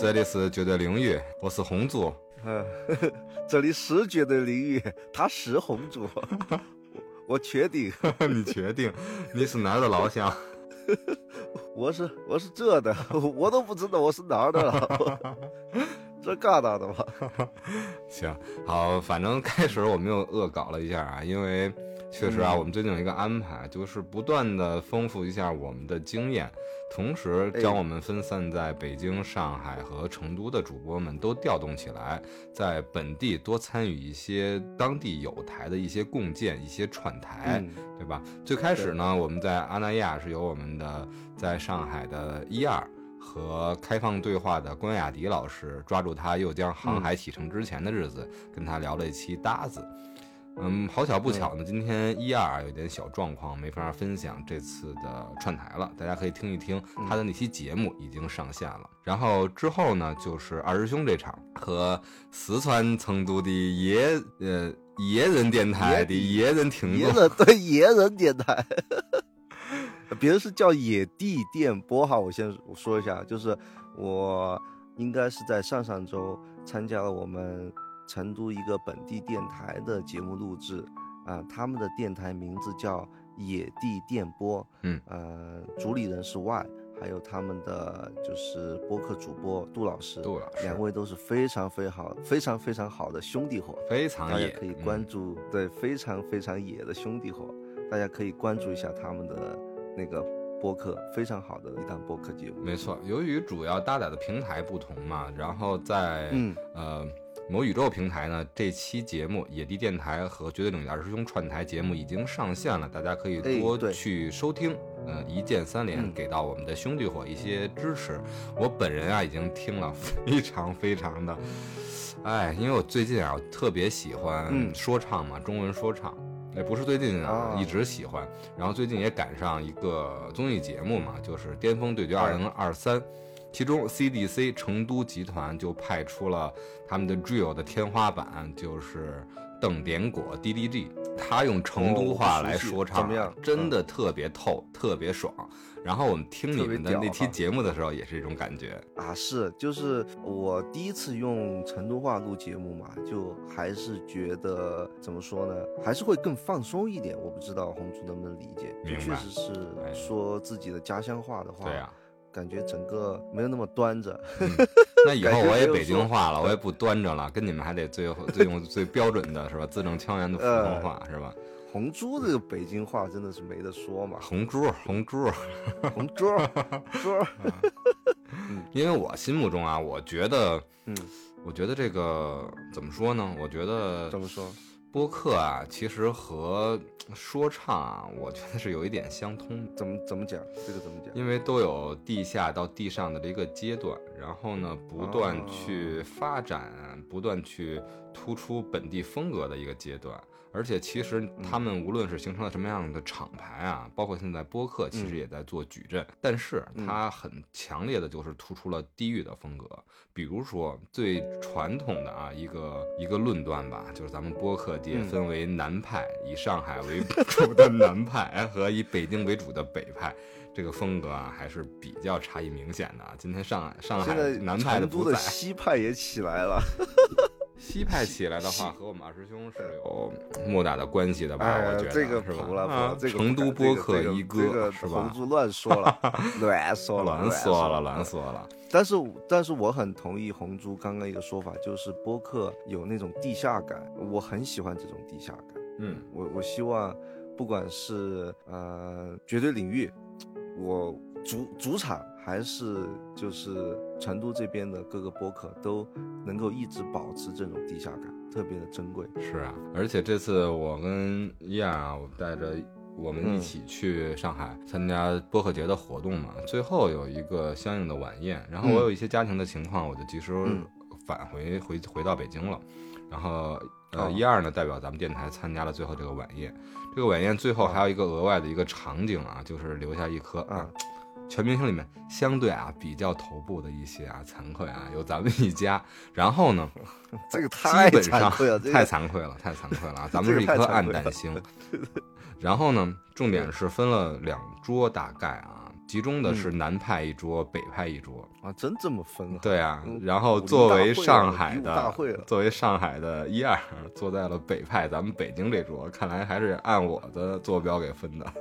这里是绝对领域，我是红猪。 这里是绝对领域，他是红猪。我确定。 你确定？你是哪儿的老乡？ 我是这的，我都不知道我是哪儿的了。这旮瘩的吧。 行，好，反正开始我们又恶搞了一下啊，因为确实啊，我们最近有一个安排，就是不断的丰富一下我们的经验，同时将我们分散在北京、上海和成都的主播们都调动起来，在本地多参与一些当地有台的一些共建、一些串台，对吧？最开始呢，我们在阿那亚是由我们的在上海的12和开放对话的关雅迪老师，抓住他又将航海启程之前的日子，跟他聊了一期搭子。好巧不巧呢，今天12有点小状况，没法分享这次的串台了，大家可以听一听他的那期节目已经上线了。然后之后呢，就是二师兄这场和四川成都的野人电台的野人听众， 对，野人电台。别人是叫野地电波哈，我先说一下，就是我应该是在上周参加了我们成都一个本地电台的节目录制啊，他们的电台名字叫野地电波，主理人是 Y， 还有他们的就是播客主播杜老师，两位都是非常好的兄弟伙， 非常野， 大家可以关注，对，非常野的兄弟伙，大家可以关注一下他们的那个播客，非常好的一档播客节目。 没错，由于主要搭载的平台不同嘛，然后在某宇宙平台呢，这期节目野地电台和绝对领域二师兄串台节目已经上线了，大家可以多去收听，一键3连，给到我们的兄弟伙一些支持。我本人啊已经听了非常的，因为我最近啊特别喜欢说唱嘛，中文说唱。也不是最近啊，一直喜欢，然后最近也赶上一个综艺节目嘛，就是巅峰对决2023，其中 CDC 成都集团就派出了他们的 drill 的天花板，就是邓典果 DDG， 他用成都话来说唱， 怎么样？ 真的特别透，特别爽。然后我们听你们的那期节目的时候也是这种感觉啊，就是我第一次用成都话录节目嘛，就还是觉得怎么说呢，还是会更放松一点。我不知道红猪能不能理解，就确实是说自己的家乡话的话， 对啊， 感觉整个没有那么端着。 那以后我也北京话了，我也不端着了，跟你们还得用最标准的是吧？字正腔圆的普通话是吧？ 红猪这个北京话真的是没得说嘛， 红猪因为我心目中啊，我觉得这个怎么说呢？我觉得怎么说？ 播客啊，其实和说唱啊，我觉得是有一点相通的。 怎么讲？这个怎么讲？ 因为都有地下到地上的这个阶段，然后呢，不断去发展，不断去突出本地风格的一个阶段。而且其实他们无论是形成了什么样的厂牌啊，包括现在播客其实也在做矩阵，但是它很强烈的就是突出了地域的风格。比如说最传统的啊一个论断吧，就是咱们播客界分为南派，以上海为主的南派和以北京为主的北派。这个风格啊，还是比较差异明显的。今天上海南派的不在， 成都的西派也起来了。 西派起来的话，和我们二师兄是有莫大的关系的吧？我觉得这个是吧？ 服了，这个成都播客一哥是吧？ 红猪乱说了，乱说了。但是我很同意红猪刚刚一个说法，就是播客有那种地下感，我很喜欢这种地下感。我希望不管是绝对领域，我主场还是就是成都这边的各个播客都能够一直保持这种地下感，特别的珍贵。 是啊，而且这次我跟我带着我们一起去上海参加播客节的活动嘛，最后有一个相应的晚宴，然后我有一些家庭的情况，我就及时返回到北京了。然后12呢代表咱们电台参加了最后这个晚宴。这个晚宴最后还有一个额外的一个场景啊，就是留下一颗全明星里面相对比较头部的一些惭愧有咱们一家。然后呢， 这个太惭愧了， 太惭愧了，咱们是一颗暗淡星。 然后呢，重点是分了2桌，大概啊，集中的是南派一桌，北派一桌啊，真这么分啊？ 对啊，然后作为上海的一二，坐在了北派咱们北京这桌，看来还是按我的坐标给分的。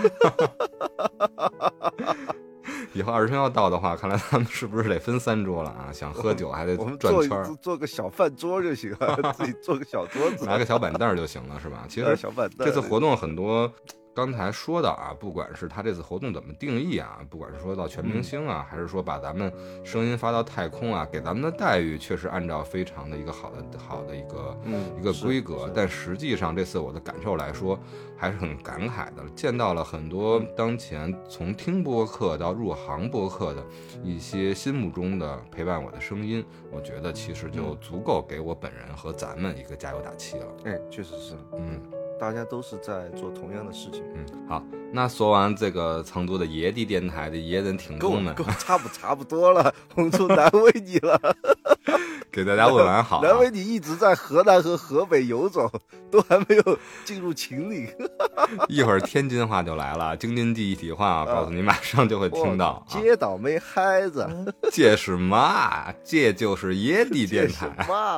以后二师兄要到的话，看来咱们是不是得分3桌了啊？想喝酒还得转圈， 我们做个小饭桌就行了，自己做个小桌子， 拿个小板凳就行了，是吧？其实小板凳这次活动很多。刚才说的啊，不管是他这次活动怎么定义啊，不管是说到全明星啊，还是说把咱们声音发到太空啊，给咱们的待遇确实按照非常的一个好的一个规格，但实际上这次我的感受来说还是很感慨的，见到了很多当前从听播客到入行播客的一些心目中的陪伴我的声音，我觉得其实就足够给我本人和咱们一个加油打气了。 确实是，大家都是在做同样的事情。 好，那说完这个成都的野地电台的野人听众们， 差不多了，红猪难为你了。 给大家问完好， 难为你一直在河南和河北游走，都还没有进入秦岭。 一会儿天津话就来了，京津冀一体化，告诉你马上就会听到。 街倒霉孩子， 这是嘛？这就是野地电台。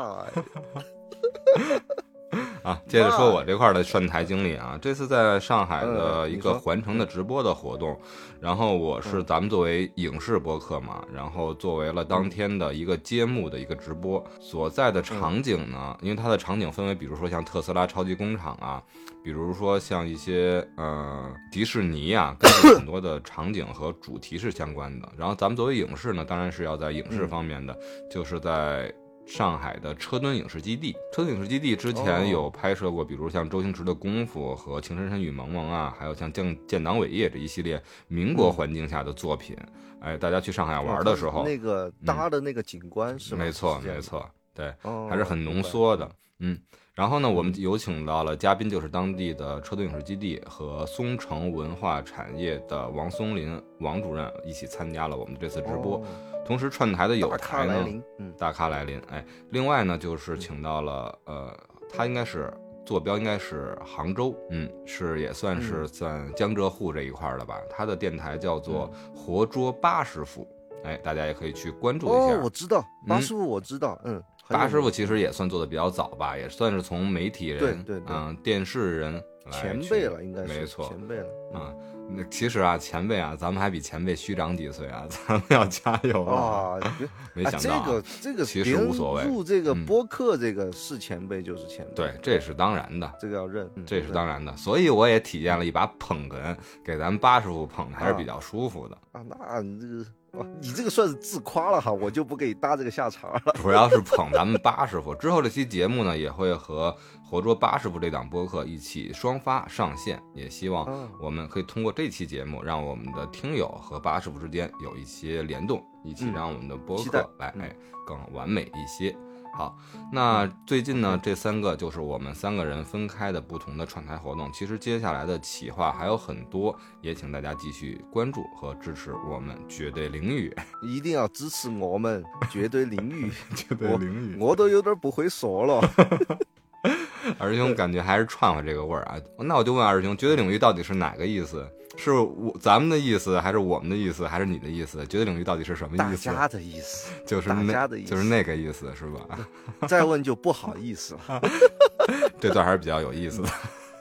啊，接着说我这块的串台经历啊，这次在上海的一个环城的直播的活动，然后我是咱们作为影视播客嘛，然后作为了当天的一个揭幕的一个直播，所在的场景呢，因为它的场景分为，比如说像特斯拉超级工厂啊，比如说像一些迪士尼啊，跟很多的场景和主题是相关的。然后咱们作为影视呢，当然是要在影视方面的，就是在上海的车墩影视基地。车墩影视基地之前有拍摄过，比如像周星驰的功夫和情深深雨蒙蒙啊，还有像建党伟业这一系列民国环境下的作品。大家去上海玩的时候， 那个搭的那个景观是吧？ 没错，对，还是很浓缩的。然后呢，我们有请到了嘉宾，就是当地的车墩影视基地和松城文化产业的王松林王主任一起参加了我们这次直播。同时串台的有台呢，大咖来临。另外呢，就是请到了他应该是坐标应该是杭州，也算是江浙沪这一块的吧。他的电台叫做活捉八师傅，大家也可以去关注一下。 我知道八师傅，我知道， 八师傅其实也算做的比较早吧，也算是从媒体人， 对， 电视人前辈了，应该是没错， 前辈了那其实啊，前辈啊，咱们还比前辈虚长几岁啊，咱们要加油啊！没想到这个其实无所谓， 入这个播客这个是前辈就是前辈， 对，这是当然的， 这个要认， 这是当然的。所以我也体验了一把捧哏，给咱们八师傅捧的还是比较舒服的那你这个算是自夸了哈，我就不给你搭这个下茬了。 主要是捧咱们八师傅。之后这期节目呢，也会和活捉八师傅这档播客一起双发上线，也希望我们可以通过这期节目，让我们的听友和八师傅之间有一些联动，一起让我们的播客来更完美一些。好，那最近呢，这3个就是我们3个人分开的不同的串台活动。其实接下来的企划还有很多，也请大家继续关注和支持我们绝对领域， 一定要支持我们绝对领域， 绝对领域， 我都有点不会说了。 二师兄感觉还是串回这个味儿啊。那我就问二师兄，绝对领域到底是哪个意思？是咱们的意思，还是我们的意思，还是你的意思？绝对领域到底是什么意思？ 大家的意思， 就是大家的意思， 就是那个意思，是吧？ 再问就不好意思了。 这段还是比较有意思的。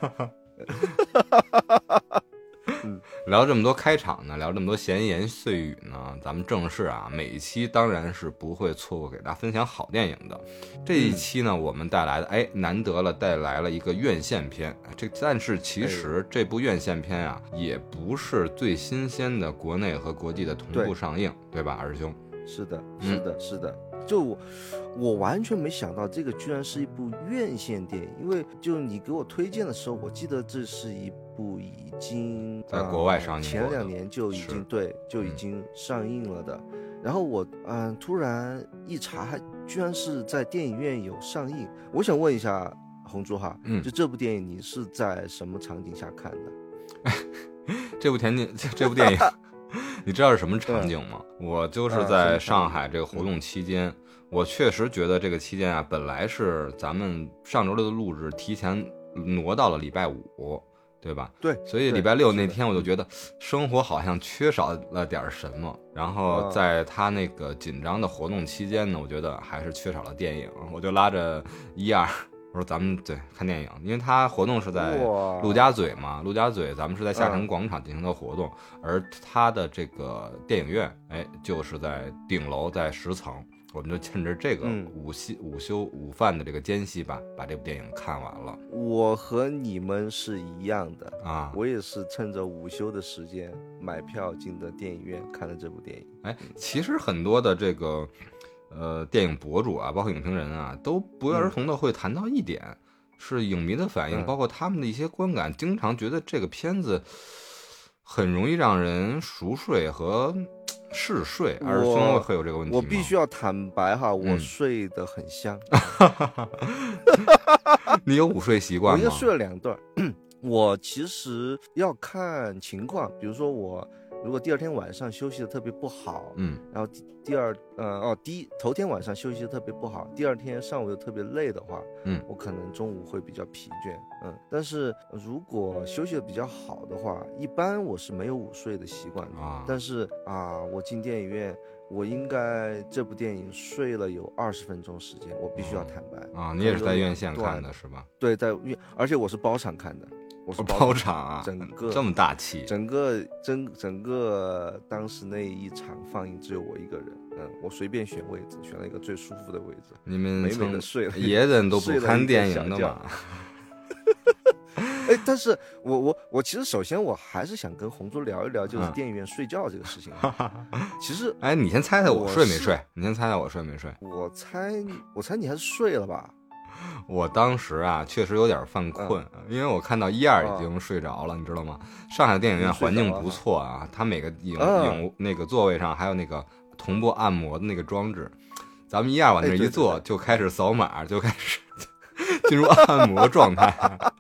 聊这么多开场呢，聊这么多闲言碎语呢，咱们正式啊，每一期当然是不会错过给大家分享好电影的。这一期呢，我们带来的难得了带来了一个院线片，但是其实这部院线片啊，也不是最新鲜的国内和国际的同步上映， 对吧，二师兄？ 是的，就我完全没想到这个居然是一部院线电影，因为就你给我推荐的时候，我记得这是一部已经在国外上映过的， 前2年就已经就已经上映了的。然后我突然一查，居然是在电影院有上映。我想问一下红猪哈，就这部电影你是在什么场景下看的？ 这部电影你知道是什么场景吗？我就是在上海这个活动期间，我确实觉得这个期间啊，本来是咱们上周六的录制提前挪到了礼拜5， 对吧？ 对， 所以礼拜六那天我就觉得生活好像缺少了点什么，然后在他那个紧张的活动期间呢，我觉得还是缺少了电影，我就拉着一二，我说咱们对看电影，因为他活动是在陆家嘴嘛，陆家嘴咱们是在下沉广场进行的活动，而他的这个电影院，哎，就是在顶楼，在10层。我们就趁着这个午休午饭的这个间隙吧，把这部电影看完了。 我和你们是一样的啊， 我也是趁着午休的时间买票进的电影院看了这部电影。 哎，其实很多的这个电影博主啊，包括影评人啊，都不约而同的会谈到一点，是影迷的反应，包括他们的一些观感，经常觉得这个片子很容易让人熟睡和嗜睡。二师兄会有这个问题吗？ 我必须要坦白哈，我睡得很香。 你有午睡习惯吗？ 我应该睡了2段。我其实要看情况，比如说我如果第二天晚上休息的特别不好，然后头天晚上休息的特别不好，第二天上午又特别累的话，我可能中午会比较疲倦，但是如果休息的比较好的话，一般我是没有午睡的习惯的，但是我进电影院，我应该这部电影睡了有20分钟时间，我必须要坦白你也是在院线看的是吧？ 对，而且我是包场看的。我是包场啊， 整个这么大气， 整个当时那一场放映只有我一个人，我随便选位置，选了一个最舒服的位置， 你们美美的睡了， 爷人都不看电影的嘛。 但是我其实首先我还是想跟红珠聊一聊，就是电影院睡觉这个事情。其实， 你先猜猜我睡没睡？你先猜猜我睡没睡？ 我猜你还是睡了吧。 我当时啊，确实有点犯困，因为我看到1、2已经睡着了，你知道吗？上海电影院环境不错啊，它每个影那个座位上还有那个同步按摩的那个装置，咱们1、2往那一坐，就开始扫码，就开始进入按摩状态，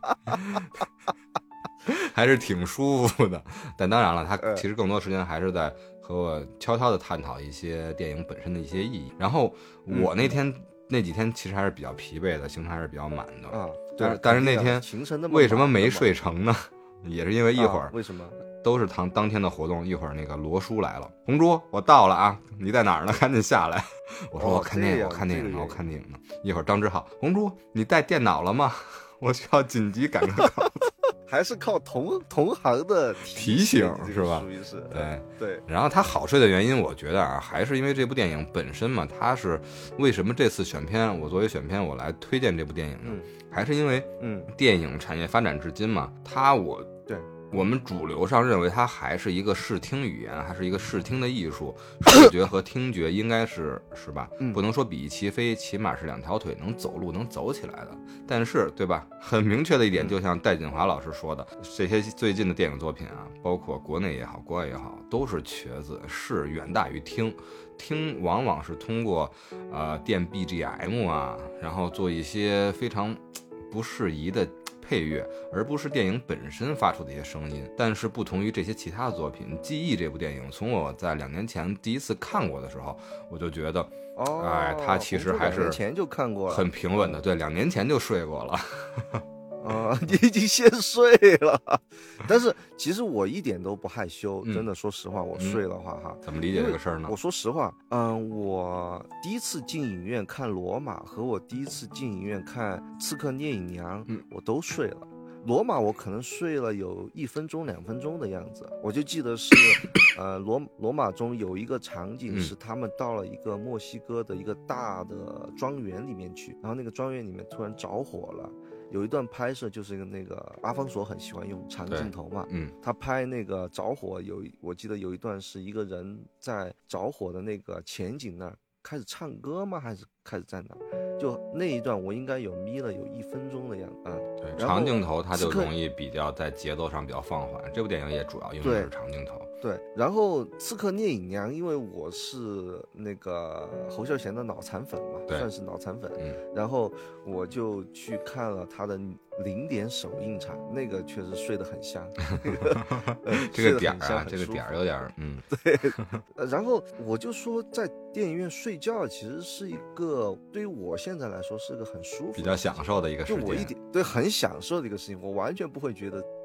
还是挺舒服的。但当然了，它其实更多时间还是在和我悄悄地探讨一些电影本身的一些意义。然后我那几天其实还是比较疲惫的，行程还是比较满的对。 但是那天为什么没睡成呢？也是因为一会儿为什么都是当天的活动，一会儿那个罗叔来了，红珠我到了啊，你在哪儿呢？赶紧下来。我说我看电影，我看电影呢。一会儿张志浩，红珠你带电脑了吗？我需要紧急赶个稿子。 还是靠同行的提醒是吧？ 属于是对。然后他好睡的原因，我觉得还是因为这部电影本身嘛。他是为什么这次选片，我作为选片我来推荐这部电影呢？还是因为电影产业发展至今嘛，我们主流上认为它还是一个视听语言，还是一个视听的艺术，视觉和听觉应该是吧？不能说比翼齐飞，起码是2条腿能走路能走起来的。但是对吧？很明确的一点，就像戴锦华老师说的，这些最近的电影作品啊，包括国内也好，国外也好，都是瘸子，视远大于听。听往往是通过垫 BGM 啊，然后做一些非常不适宜的配乐，而不是电影本身发出的一些声音。但是不同于这些其他的作品，《记忆》这部电影，从我在2年前第一次看过的时候，我就觉得，它其实还是 2年前就看过了， 很平稳的。对，2年前就睡过了。 你已经先睡了。但是其实我一点都不害羞，真的，说实话，我睡了话怎么理解这个事儿呢？ 我说实话，我第一次进影院看《罗马》和我第一次进影院看《刺客聂隐娘》，我都睡了。罗马我可能睡了有1分钟2分钟的样子，我就记得是罗马中有一个场景是他们到了一个墨西哥的一个大的庄园里面去，然后那个庄园里面突然着火了。有一段拍摄就是那个阿方索很喜欢用长镜头嘛，他拍那个着火我记得有一段是一个人在着火的那个前景那儿开始唱歌吗？还是开始在哪？就那一段我应该有眯了有1分钟的样子。 对，长镜头它就容易比较在节奏上比较放缓，这部电影也主要用的是长镜头。 对，然后《刺客聂隐娘》，因为我是那个侯孝贤的脑残粉嘛，算是脑残粉，然后我就去看了他的0点首映场，那个确实睡得很香。 这个点啊，这个点有点对。然后我就说，在电影院睡觉其实是一个对于我现在来说是个很舒服、 比较享受的一个事情。 就我很享受的一个事情，我完全不会觉得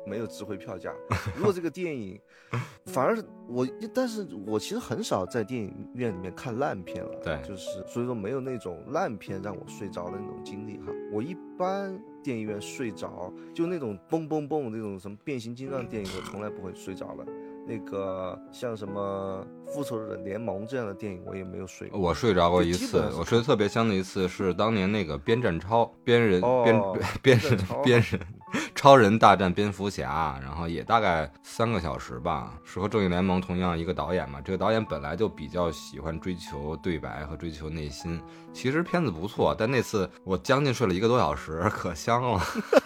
没有值回票价。如果这个电影，反而但是我其实很少在电影院里面看烂片了， 对， 就是所以说没有那种烂片让我睡着的那种经历哈。我一般电影院睡着，就那种蹦蹦蹦那种什么变形金刚电影，我从来不会睡着了。那个像什么复仇者联盟这样的电影我也没有睡过。 我睡着过一次，我睡得特别香的一次是当年那个边战超超人大战蝙蝠侠，然后也大概3个小时吧，是和正义联盟同样一个导演嘛。这个导演本来就比较喜欢追求对白和追求内心，其实片子不错，但那次我将近睡了1个多小时，可香了。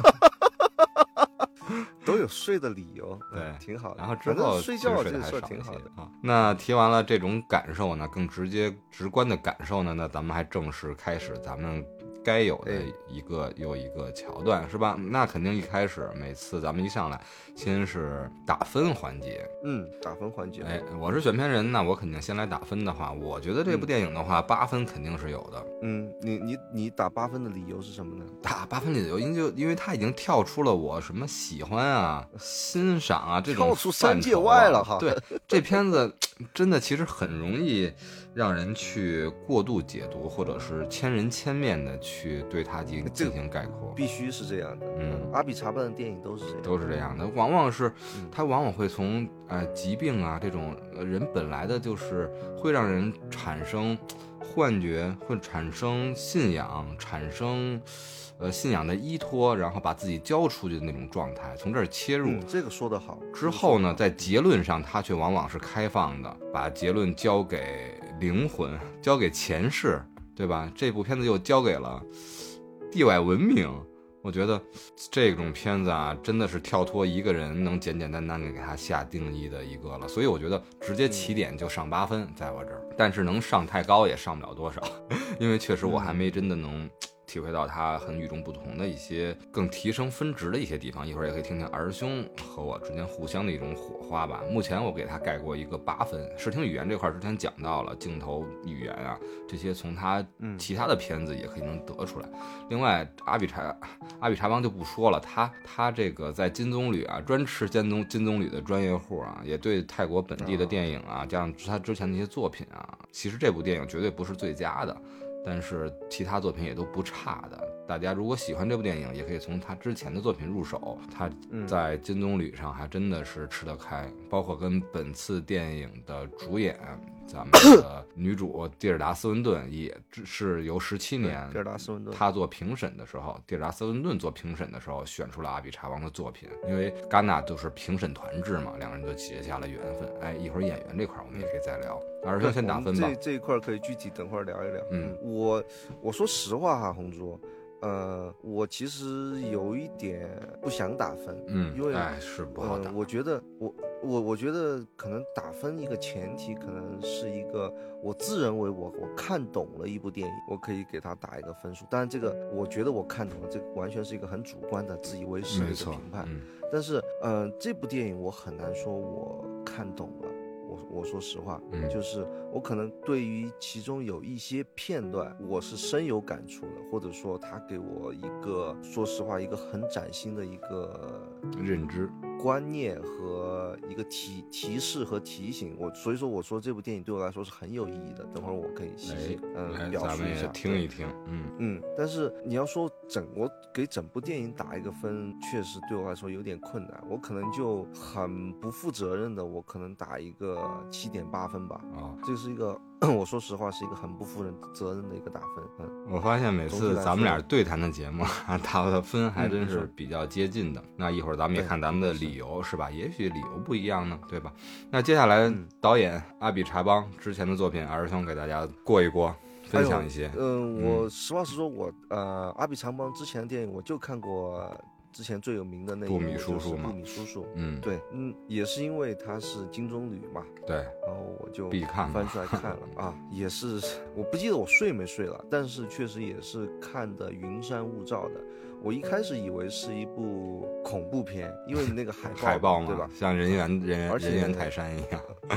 都有睡的理由， 对， 挺好的。 然后之后睡觉这个事儿挺好的啊。那提完了这种感受呢，更直观的感受呢，那咱们还正式开始咱们该有的一个又一个桥段，是吧？那肯定一开始每次咱们一上来，先是打分环节。 打分环节。 我是选片人，那我肯定先来打分的话，我觉得这部电影的话，8分肯定是有的。 你打8分的理由是什么呢？ 打8分的理由，因为它已经跳出了我什么喜欢啊、欣赏啊这种跳出3界外了哈。 对，这片子真的其实很容易让人去过度解读，或者是千人千面的去对它进行概括。 必须是这样的。阿比查邦的电影都是这样的， 往往是它往往会从疾病啊这种人本来的就是会让人产生幻觉，会产生信仰，产生信仰的依托，然后把自己交出去的那种状态，从这儿切入。 这个说得好。 之后呢，在结论上，它却往往是开放的，把结论交给灵魂，交给前世，对吧？这部片子又交给了地外文明。我觉得这种片子啊，真的是跳脱一个人能简简单单给他下定义的一个了，所以我觉得直接起点就上8分，在我这儿。但是能上太高也上不了多少，因为确实我还没真的能体会到它很与众不同的一些更提升分值的一些地方。一会儿也可以听听儿兄和我之间互相的一种火花吧。目前我给他盖过一个8分。视听语言这块之前讲到了镜头语言啊，这些从他其他的片子也可以能得出来。另外阿比查邦就不说了，他这个在金棕榈啊，专吃金棕榈的专业户啊，也对泰国本地的电影啊，加上他之前的一些作品啊，其实这部电影绝对不是最佳的，但是其他作品也都不差的。大家如果喜欢这部电影，也可以从他之前的作品入手，他在金棕榈上还真的是吃得开，包括跟本次电影的主演咱们的女主蒂尔达·斯温顿也是由17年蒂尔达·斯温顿他做评审的时候，蒂尔达·斯温顿做评审的时候选出了阿比查邦的作品，因为戛纳就是评审团制嘛，两个人就结下了缘分。一会儿演员这块我们也可以再聊。儿兄先打分吧。 这一块可以具体等会儿聊一聊。我说实话哈，红猪。我其实有一点不想打分，因为是不好打。 我觉得我觉得可能打分一个前提，可能是一个我自认为我看懂了一部电影，我可以给他打一个分数。当然这个我觉得我看懂了，这个完全是一个很主观的自以为是的一个评判。但是这部电影我很难说我看懂了。我说实话，就是我可能对于其中有一些片段我是深有感触的，或者说他给我一个说实话一个很崭新的一个认知观念和一个提示和提醒。所以说我说这部电影对我来说是很有意义的，等会儿我可以细细表述一下， 听一听。 但是你要说我给整部电影打一个分，确实对我来说有点困难，我可能就很不负责任的，我可能打一个7.8分吧。这是一个我说实话是一个很不负责任的一个打分。 我发现每次咱们俩对谈的节目打的分还真是比较接近的。那一会儿咱们也看咱们的理由是吧？也许理由不一样呢，对吧？那接下来导演阿比查邦之前的作品，儿兄给大家过一过，分享一些。 我实话实说，我阿比查邦之前的电影我就看过。之前最有名的那一部布米叔叔嘛， 布米叔叔，对，也是因为他是金棕榈嘛， 对， 然后我就必看翻出来看了啊，也是我不记得我睡没睡了，但是确实也是看的云山雾罩的。我一开始以为是一部恐怖片，因为那个海报嘛， 对吧？ 像人猿泰山一样。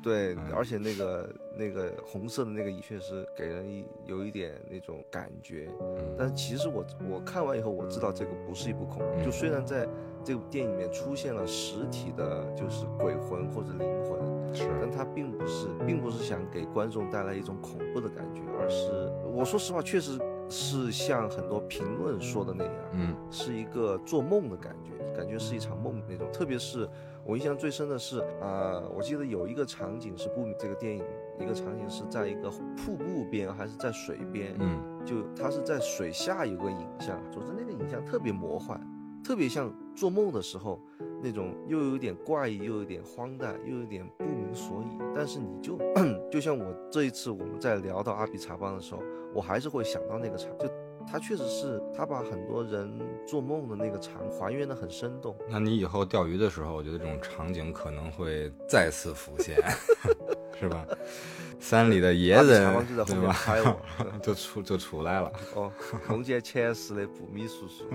对，而且那个红色的那个确实给人有一点那种感觉，但其实我看完以后我知道这个不是一部恐怖，就虽然在这部电影里面出现了实体的，就是鬼魂或者灵魂，但它并不是想给观众带来一种恐怖的感觉，而是我说实话，确实是像很多评论说的那样，是一个做梦的感觉是一场梦那种。特别是我印象最深的是，我记得有一个场景是这个电影一个场景是在一个瀑布边还是在水边，就它是在水下有个影像，总之那个影像特别魔幻，特别像做梦的时候那种，又有点怪异，又有点荒诞，又有点不明所以。但是你就像我这一次我们在聊到阿比查邦的时候，我还是会想到那个场，就他确实是他把很多人做梦的那个场还原的很生动。 那你以后钓鱼的时候，我觉得这种场景可能会再次浮现，是吧？山里的野人， 就在后面拍我， 就出来了。 哦，梦见前世的布米叔叔。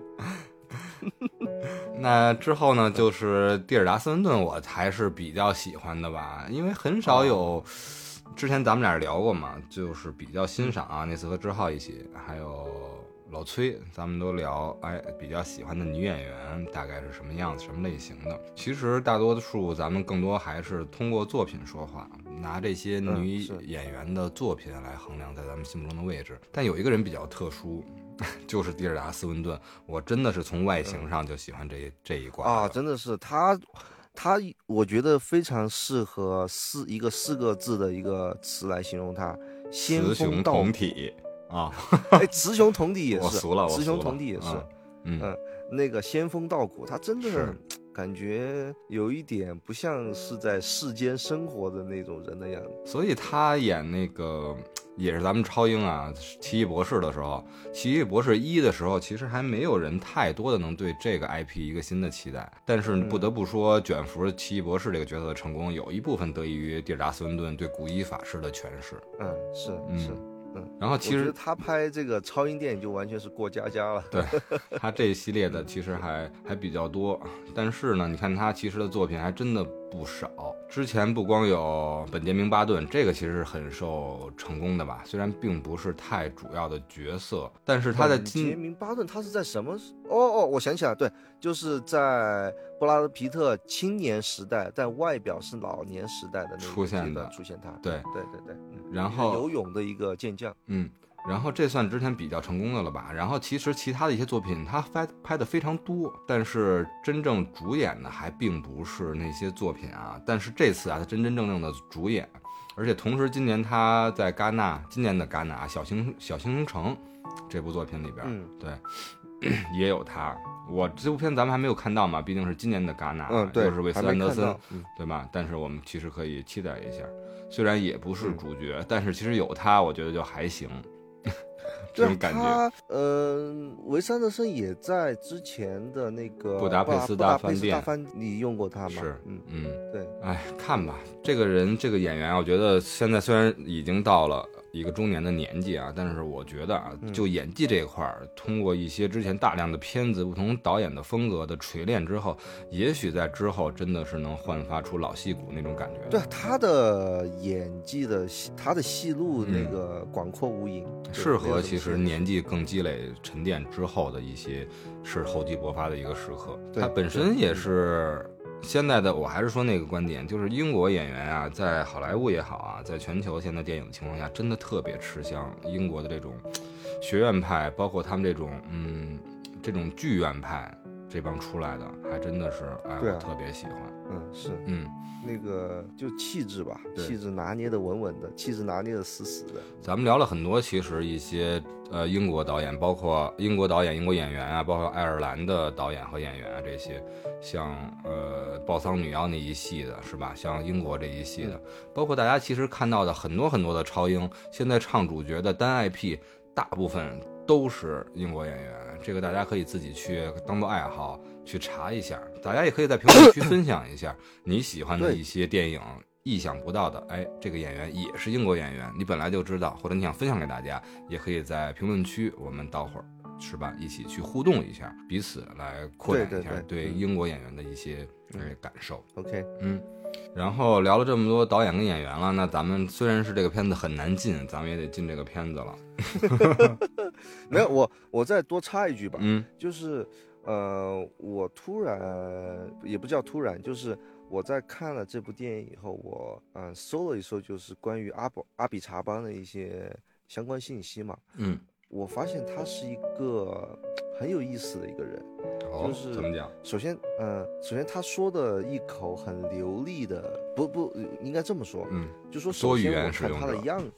那之后呢，就是蒂尔达斯温顿，我还是比较喜欢的吧，因为很少有，之前咱们俩聊过嘛，就是比较欣赏啊，那次和志浩一起，还有老崔，咱们都聊，比较喜欢的女演员大概是什么样子、什么类型的。其实大多数咱们更多还是通过作品说话，拿这些女演员的作品来衡量在咱们心目中的位置。但有一个人比较特殊。就是蒂尔达斯温顿，我真的是从外形上就喜欢这一挂啊，真的是他，我觉得非常适合一个4个字的一个词来形容他， 雌雄同体啊， 雌雄同体也是，雌雄同体也是，那个仙风道骨，他真的感觉有一点不像是在世间生活的那种人的样子， 所以他演那个。也是咱们超英啊，奇异博士的时候，奇异博士1的时候，其实还没有人太多的能对这个 IP 一个新的期待。但是不得不说，卷福奇异博士这个角色的成功，有一部分得益于蒂尔达斯温顿对古一法师的诠释。 是。 然后其实他拍这个超英电影就完全是过家家了。 对，他这一系列的其实还比较多，但是呢，你看他其实的作品还真的不少。之前不光有本杰明巴顿，这个其实是很受成功的吧，虽然并不是太主要的角色，但是他在本杰明巴顿他是在什么？我想起来，对，就是在布拉德皮特青年时代，但外表是老年时代的那个出现他。 对， 然后游泳的一个健将。 然后这算之前比较成功的了吧，然后其实其他的一些作品他拍的非常多，但是真正主演的还并不是那些作品啊，但是这次啊他真正的主演，而且同时今年他在今年的戛纳小星城这部作品里边，对，也有他。我这部片咱们还没有看到嘛，毕竟是今年的戛纳， 对， 又是韦斯安德森，对吧？但是我们其实可以期待一下，虽然也不是主角，但是其实有他，我觉得就还行。这种感觉。 韦斯安德森也在之前的那个布达佩斯大饭店里用过他吗？ 是， 对。 看吧，这个人这个演员，我觉得现在虽然已经到了一个中年的年纪啊，但是我觉得啊，就演技这一块通过一些之前大量的片子、不同导演的风格的锤炼之后，也许在之后真的是能焕发出老戏骨那种感觉。 对，他的演技他的戏路那个广阔无垠， 适合其实年纪更积累沉淀之后的一些是厚积薄发的一个时刻。他本身也是。现在的我还是说那个观点，就是英国演员啊，在好莱坞也好啊，在全球现在电影的情况下，真的特别吃香。英国的这种学院派，包括他们这种剧院派这帮出来的，还真的是我特别喜欢。 那个就气质吧，气质拿捏的稳稳的，气质拿捏的死死的。 咱们聊了很多，其实一些英国导演，包括英国导演、英国演员啊，包括爱尔兰的导演和演员啊，这些像鲍桑女妖那一系的是吧？像英国这一系的，包括大家其实看到的很多很多的超英，现在唱主角的单 IP 大部分都是英国演员，这个大家可以自己去当做爱好去查一下，大家也可以在评论区分享一下你喜欢的一些电影，意想不到的，这个演员也是英国演员，你本来就知道，或者你想分享给大家，也可以在评论区我们待会儿是吧？一起去互动一下，彼此来扩展一下对英国演员的一些感受。 OK， 然后聊了这么多导演跟演员了，那咱们虽然是这个片子很难进，咱们也得进这个片子了。 没有，我再多插一句吧，就是我突然也不叫突然，就是我在看了这部电影以后，我搜了一搜，就是关于阿比查邦的一些相关信息嘛，我发现他是一个很有意思的一个人。就是怎么讲？ 首先他说的一口很流利的，不应该这么说，就说首先我看他的样子，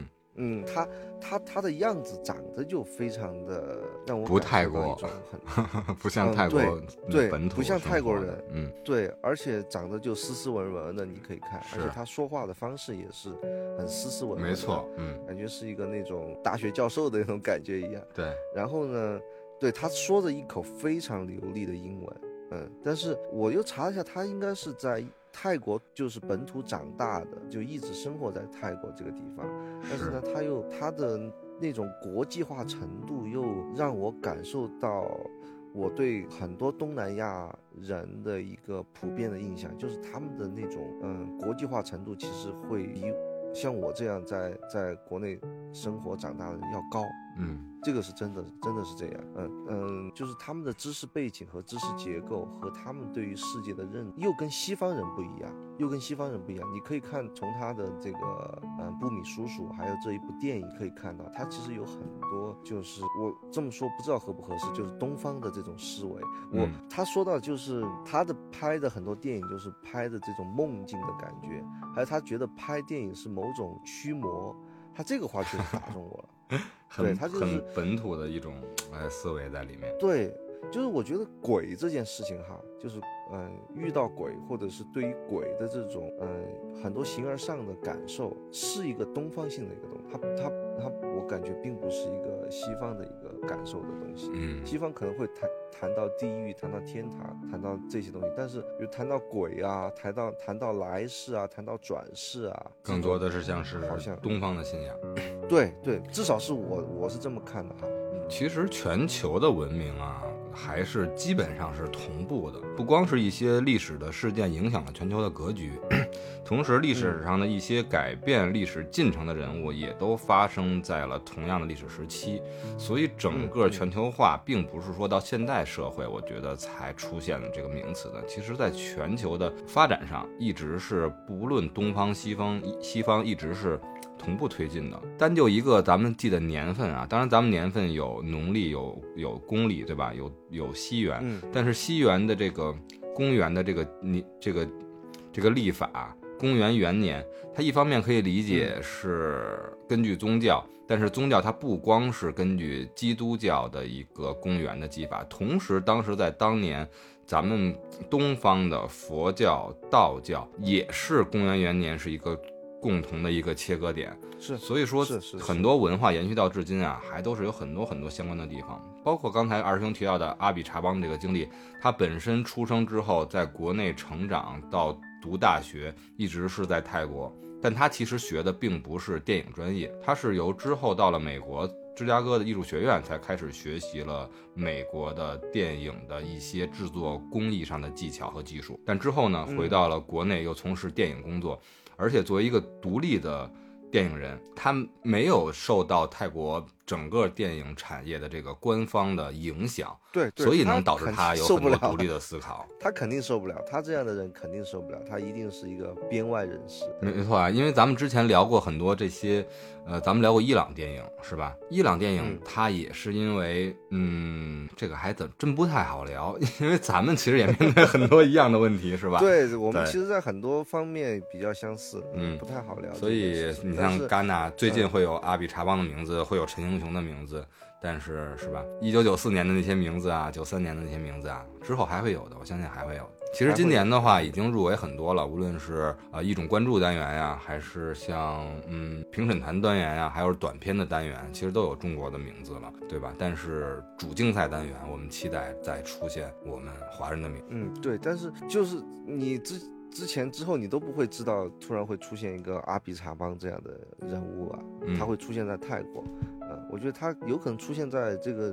他的样子长得就非常的让我不泰国，不像泰国对本土， 不像泰国人，对，而且长得就斯斯文文的，你可以看，而且他说话的方式也是很斯斯文文的， 没错， 感觉是一个那种大学教授的那种感觉一样。 对， 然后呢，对，他说着一口非常流利的英文，但是我又查了一下，他应该是在泰国就是本土长大的，就一直生活在泰国这个地方。但是呢，他的那种国际化程度又让我感受到我对很多东南亚人的一个普遍的印象，就是他们的那种国际化程度其实会比像我这样在国内生活长大的人要高。这个是真的是这样。就是他们的知识背景和知识结构和他们对于世界的认又跟西方人不一样。你可以看从他的这个布米叔叔还有这一部电影可以看到，他其实有很多就是我这么说不知道合不合适，就是东方的这种思维。他说到就是他的拍的很多电影就是拍的这种梦境的感觉，还有他觉得拍电影是某种驱魔，他这个话确实打中我了。对，他就是很本土的一种思维在里面。 对，就是我觉得鬼这件事情哈，就是遇到鬼或者是对于鬼的这种很多形而上的感受，是一个东方性的一个东西。它我感觉并不是一个西方的一个感受的东西。西方可能会谈到地狱，谈到天堂，谈到这些东西，但是比如谈到鬼啊，谈到来世啊，谈到转世啊， 更多的是像是东方的信仰。 对，至少是我是这么看的哈。 其实全球的文明啊，还是基本上是同步的，不光是一些历史的事件影响了全球的格局，同时历史上的一些改变历史进程的人物也都发生在了同样的历史时期。所以整个全球化并不是说到现代社会我觉得才出现了这个名词的，其实在全球的发展上一直是不论东方西方一直是同步推进的。单就一个咱们记的年份啊，当然咱们年份有农历有公历对吧，有西元，但是西元的这个公元的这个历法，公元元年，它一方面可以理解是根据宗教，但是宗教它不光是根据基督教的一个公元的记法，同时当时在当年咱们东方的佛教道教也是公元元年是一个共同的一个切割点。 是， 所以说很多文化延续到至今啊，还都是有很多相关的地方。包括刚才二师兄提到的阿比查邦这个经历，他本身出生之后在国内成长到读大学一直是在泰国，但他其实学的并不是电影专业，他是由之后到了美国芝加哥的艺术学院才开始学习了美国的电影的一些制作工艺上的技巧和技术，但之后呢回到了国内又从事电影工作，而且作为一个独立的电影人，他没有受到泰国整个电影产业的这个官方的影响， 对， 所以能导致他有很多独立的思考。 他肯定受不了，他这样的人肯定受不了，他一定是一个编外人士。 没错啊，因为咱们之前聊过很多这些，咱们聊过伊朗电影是吧？伊朗电影它也是因为，这个还真不太好聊，因为咱们其实也面对很多一样的问题是吧？ 对，我们其实在很多方面比较相似，不太好聊。 所以你像戛纳最近会有阿比查邦的名字，会有陈英雄的名字。但是吧，1994年的那些名字啊，93年的那些名字啊，之后还会有的，我相信还会有。其实今年的话已经入围很多了，无论是一种关注单元呀，还是像评审团单元呀，还有短片的单元，其实都有中国的名字了，对吧？但是主竞赛单元，我们期待再出现我们华人的名字。 对，但是就是你之前之后你都不会知道，突然会出现一个阿比查邦这样的人物啊，他会出现在泰国。我觉得他有可能出现在这个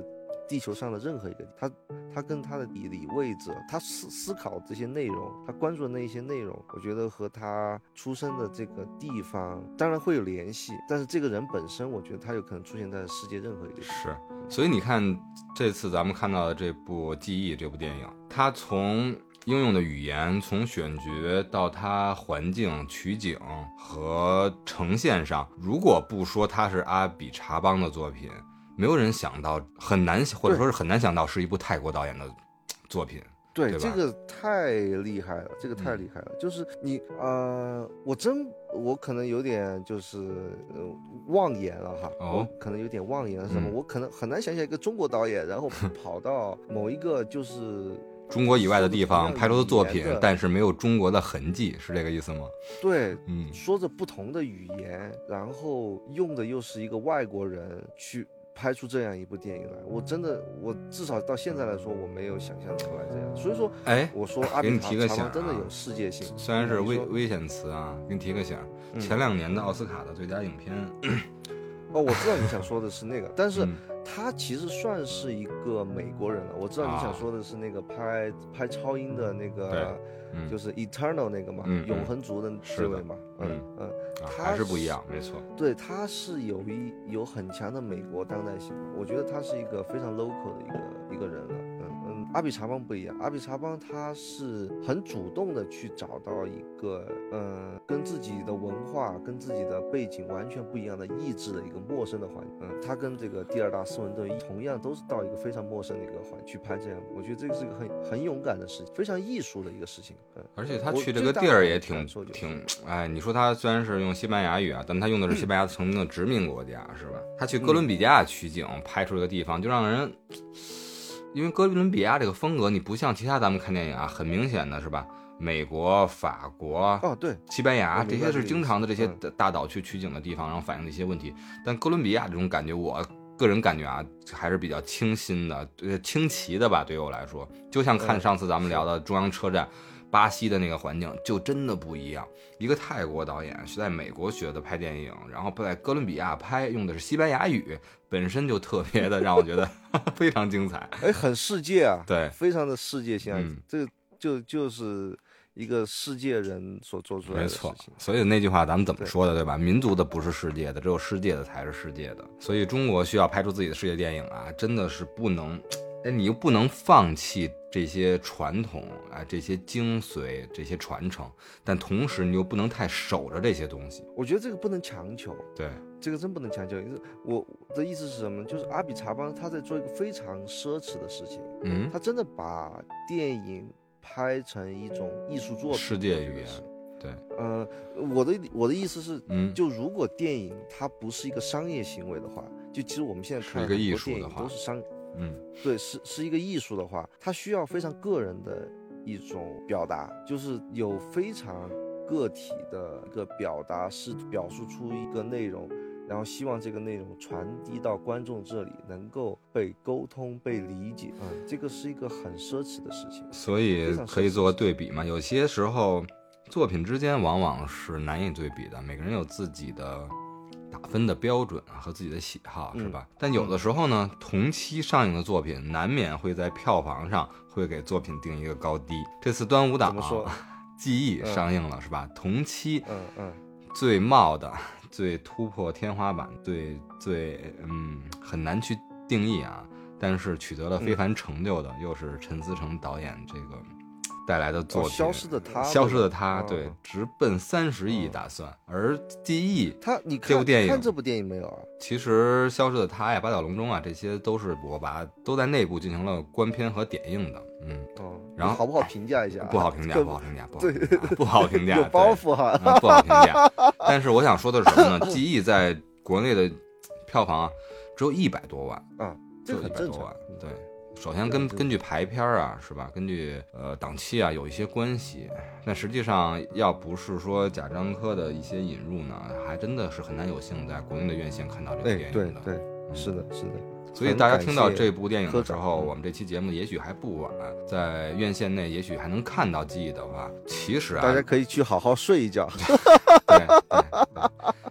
地球上的任何一个他跟他的地理位置，他思考这些内容，他关注的那些内容，我觉得和他出生的这个地方当然会有联系，但是这个人本身，我觉得他有可能出现在世界任何一个地方。 是，所以你看这次咱们看到的这部《记忆》这部电影，它从应用的语言，从选角到它环境取景和呈现上，如果不说它是阿比查邦的作品，没有人想到，很难，或者说是很难想到是一部泰国导演的作品。 对，这个太厉害了，这个太厉害了。就是你我可能有点就是妄言了哈，我可能有点妄言了什么，我可能很难想象一个中国导演，然后跑到某一个就是中国以外的地方拍出的作品，但是没有中国的痕迹，是这个意思吗？ 对，说着不同的语言，然后用的又是一个外国人去拍出这样一部电影来，我至少到现在来说，我没有想象出来这样。所以说，我说阿比查邦真的有世界性， 虽然是危险词啊，给你提个醒，前2年的奥斯卡的最佳影片。 我知道你想说的是那个，但是他其实算是一个美国人了。我知道你想说的是那个拍超英的那个，就是 Eternal 那个嘛，永恒族的这位嘛，他还是不一样，没错。 对，他是有很强的美国当代性，我觉得他是一个非常 local 的一个人了。阿比查邦不一样，阿比查邦他是很主动的去找到一个跟自己的文化跟自己的背景完全不一样的异质的一个陌生的环境。他跟这个第2大斯文顿同样都是到一个非常陌生的一个环境去拍这样，我觉得这个是一个很勇敢的事情，非常艺术的一个事情。 而且他去这个地儿也挺你说他虽然是用西班牙语啊，但他用的是西班牙曾经的殖民国家，是吧？他去哥伦比亚取景拍出这个地方，就让人。因为哥伦比亚这个风格，你不像其他咱们看电影啊，很明显的是吧？美国、法国、 对， 西班牙这些是经常的这些大岛去取景的地方，然后反映的一些问题。但哥伦比亚这种感觉，我个人感觉啊，还是比较清新的、清奇的吧。对于我来说，就像看上次咱们聊的中央车站。巴西的那个环境就真的不一样，一个泰国导演是在美国学的拍电影，然后在哥伦比亚拍，用的是西班牙语，本身就特别的让我觉得非常精彩， 很世界啊， 对， 非常的世界性，这个就是一个世界人所做出来的事情。没错， 所以那句话咱们怎么说的，对吧？民族的不是世界的，只有世界的才是世界的。所以中国需要拍出自己的世界电影啊，真的是不能。你又不能放弃这些传统啊，这些精髓，这些传承，但同时你又不能太守着这些东西。 我觉得这个不能强求， 对， 这个真不能强求。我的意思是什么？就是阿比查邦他在做一个非常奢侈的事情，他真的把电影拍成一种艺术作品， 世界语言。对， 我的意思是，就如果电影它不是一个商业行为的话，就其实我们现在看很多电影都是对，是一个艺术的话，它需要非常个人的一种表达，就是有非常个体的一个表达，是表述出一个内容，然后希望这个内容传递到观众这里，能够被沟通、被理解。这个是一个很奢侈的事情， 所以可以做个对比嘛。有些时候作品之间往往是难以对比的，每个人有自己的打分的标准和自己的喜好，是吧？但有的时候呢，同期上映的作品难免会在票房上会给作品定一个高低。这次端午档记忆上映了，是吧？同期最冒的、最突破天花板、最很难去定义啊，但是取得了非凡成就的，又是陈思诚导演这个带来的作品， 消失的他， 对，直奔30亿打算。而记忆， 你这部电影， 看这部电影没有啊？ 其实消失的他呀、八角笼中啊，这些都是我都在内部进行了观片和点映的。然后好不好评价一下？ 不好评价，不好评价， 有包袱哈， 不好评价。但是我想说的是什么呢？记忆在国内的票房啊，只有100多万， 这很正常。 对。首先根据排片啊，是吧？根据档期啊有一些关系，但实际上要不是说贾樟柯的一些引入呢，还真的是很难有幸在国内的院线看到这部电影的。 对，是的。 所以大家听到这部电影的时候，我们这期节目也许还不晚，在院线内也许还能看到记忆的话，其实啊， 大家可以去好好睡一觉。 对。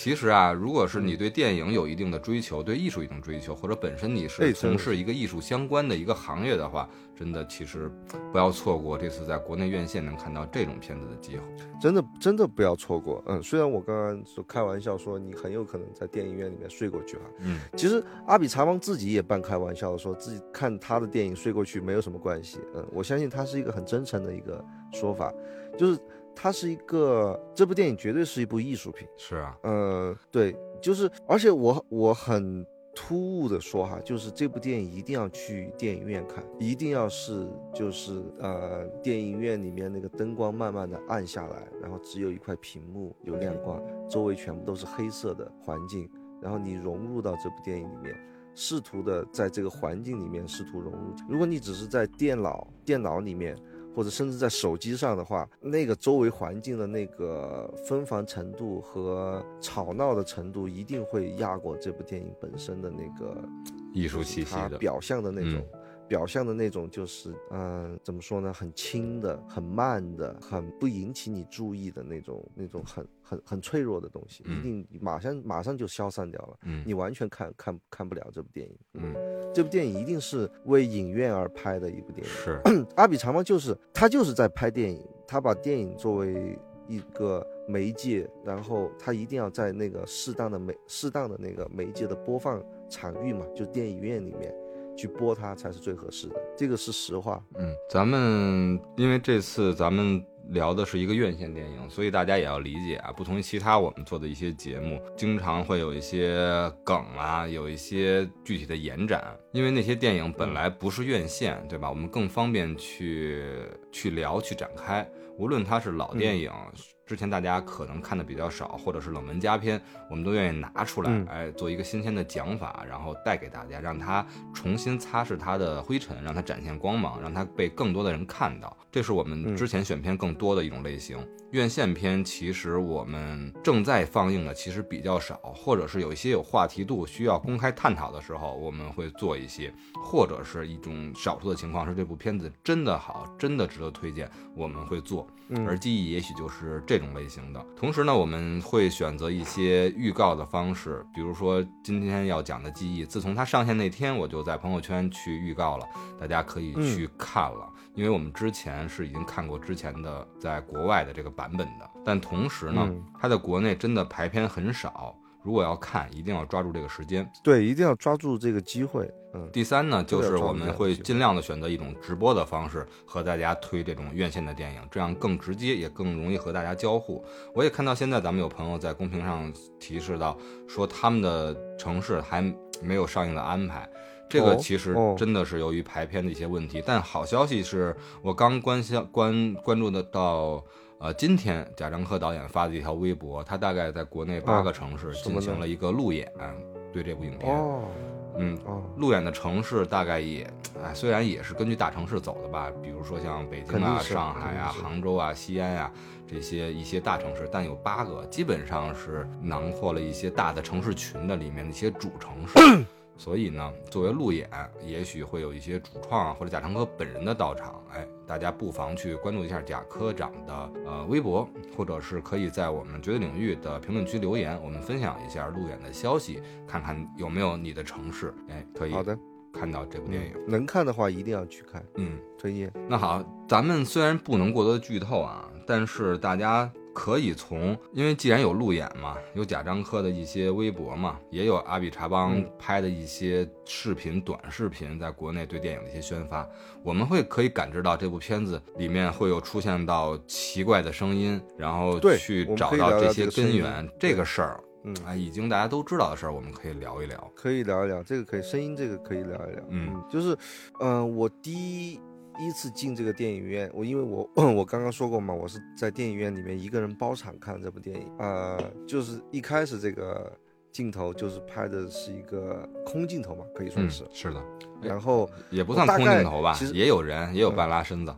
其实啊，如果是你对电影有一定的追求，对艺术一定追求，或者本身你是从事一个艺术相关的一个行业的话，真的其实不要错过这次在国内院线能看到这种片子的机会。 真的不要错过。虽然我刚刚说开玩笑说你很有可能在电影院里面睡过去哈，其实阿比查邦自己也半开玩笑说自己看他的电影睡过去没有什么关系。我相信他是一个很真诚的一个说法，就是它是这部电影绝对是一部艺术品。 是啊， 对，就是而且我很突兀的说哈，就是这部电影一定要去电影院看，一定要是就是电影院里面那个灯光慢慢的暗下来，然后只有一块屏幕有亮光，周围全部都是黑色的环境，然后你融入到这部电影里面，试图的在这个环境里面试图融入。如果你只是在电脑里面，或者甚至在手机上的话，那个周围环境的那个纷繁程度和吵闹的程度一定会压过这部电影本身的那个艺术气息的表象的那种就是怎么说呢，很轻的很慢的很不引起你注意的那种很脆弱的东西，一定马上就消散掉了。你完全看不了这部电影。这部电影一定是为影院而拍的一部电影。 是阿比查邦他就是在拍电影，他把电影作为一个媒介，然后他一定要在那个适当的那个媒介的播放场域嘛，就电影院里面去播它才是最合适的，这个是实话。 咱们因为这次咱们聊的是一个院线电影，所以大家也要理解啊，不同于其他我们做的一些节目，经常会有一些梗啊，有一些具体的延展，因为那些电影本来不是院线，对吧？我们更方便去聊去展开，无论它是老电影，之前大家可能看的比较少，或者是冷门佳片，我们都愿意拿出来，做一个新鲜的讲法，然后带给大家，让它重新擦拭它的灰尘，让它展现光芒，让它被更多的人看到。这是我们之前选片更多的一种类型。院线片其实我们正在放映的其实比较少，或者是有一些有话题度需要公开探讨的时候，我们会做一些，或者是一种少数的情况是这部片子真的好，真的值得推荐，我们会做。而记忆也许就是这种类型的。同时呢，我们会选择一些预告的方式，比如说今天要讲的记忆，自从它上线那天我就在朋友圈去预告了，大家可以去看了。因为我们之前是已经看过之前的在国外的这个版本的，但同时呢，它在国内真的排片很少，如果要看一定要抓住这个时间， 对，一定要抓住这个机会。 第三呢，就是我们会尽量的选择一种直播的方式和大家推这种院线的电影，这样更直接也更容易和大家交互。我也看到现在咱们有朋友在公屏上提示到说他们的城市还没有上映的安排，这个其实真的是由于排片的一些问题。但好消息是我刚关注的到今天贾樟柯导演发的一条微博，他大概在国内8个城市进行了一个路演，对这部影片。路演的城市大概也虽然也是根据大城市走的吧，比如说像北京啊、上海啊、杭州啊、西安啊这些一些大城市，但有8个基本上是囊括了一些大的城市群的里面的一些主城市。所以呢，作为路演，也许会有一些主创或者贾樟柯本人的到场，大家不妨去关注一下贾科长的微博，或者是可以在我们绝对领域的评论区留言，我们分享一下路演的消息，看看有没有你的城市，可以看到这部电影。 能看的话一定要去看，推荐。 那好，咱们虽然不能过多的剧透啊，但是大家可以因为既然有路演嘛，有贾樟柯的一些微博嘛，也有阿比查邦拍的一些视频、短视频，在国内对电影的一些宣发，我们可以感知到这部片子里面会有出现到奇怪的声音，然后去找到这些根源，这个事儿。已经大家都知道的事儿，我们可以聊一聊。 可以聊一聊，这个可以，声音这个可以聊一聊。就是我第一次进这个电影院，因为我刚刚说过嘛，我是在电影院里面一个人包场看这部电影。就是一开始这个镜头就是拍的是一个空镜头嘛，可以说是。 是的。 然后也不算空镜头吧，也有人，也有半拉身子。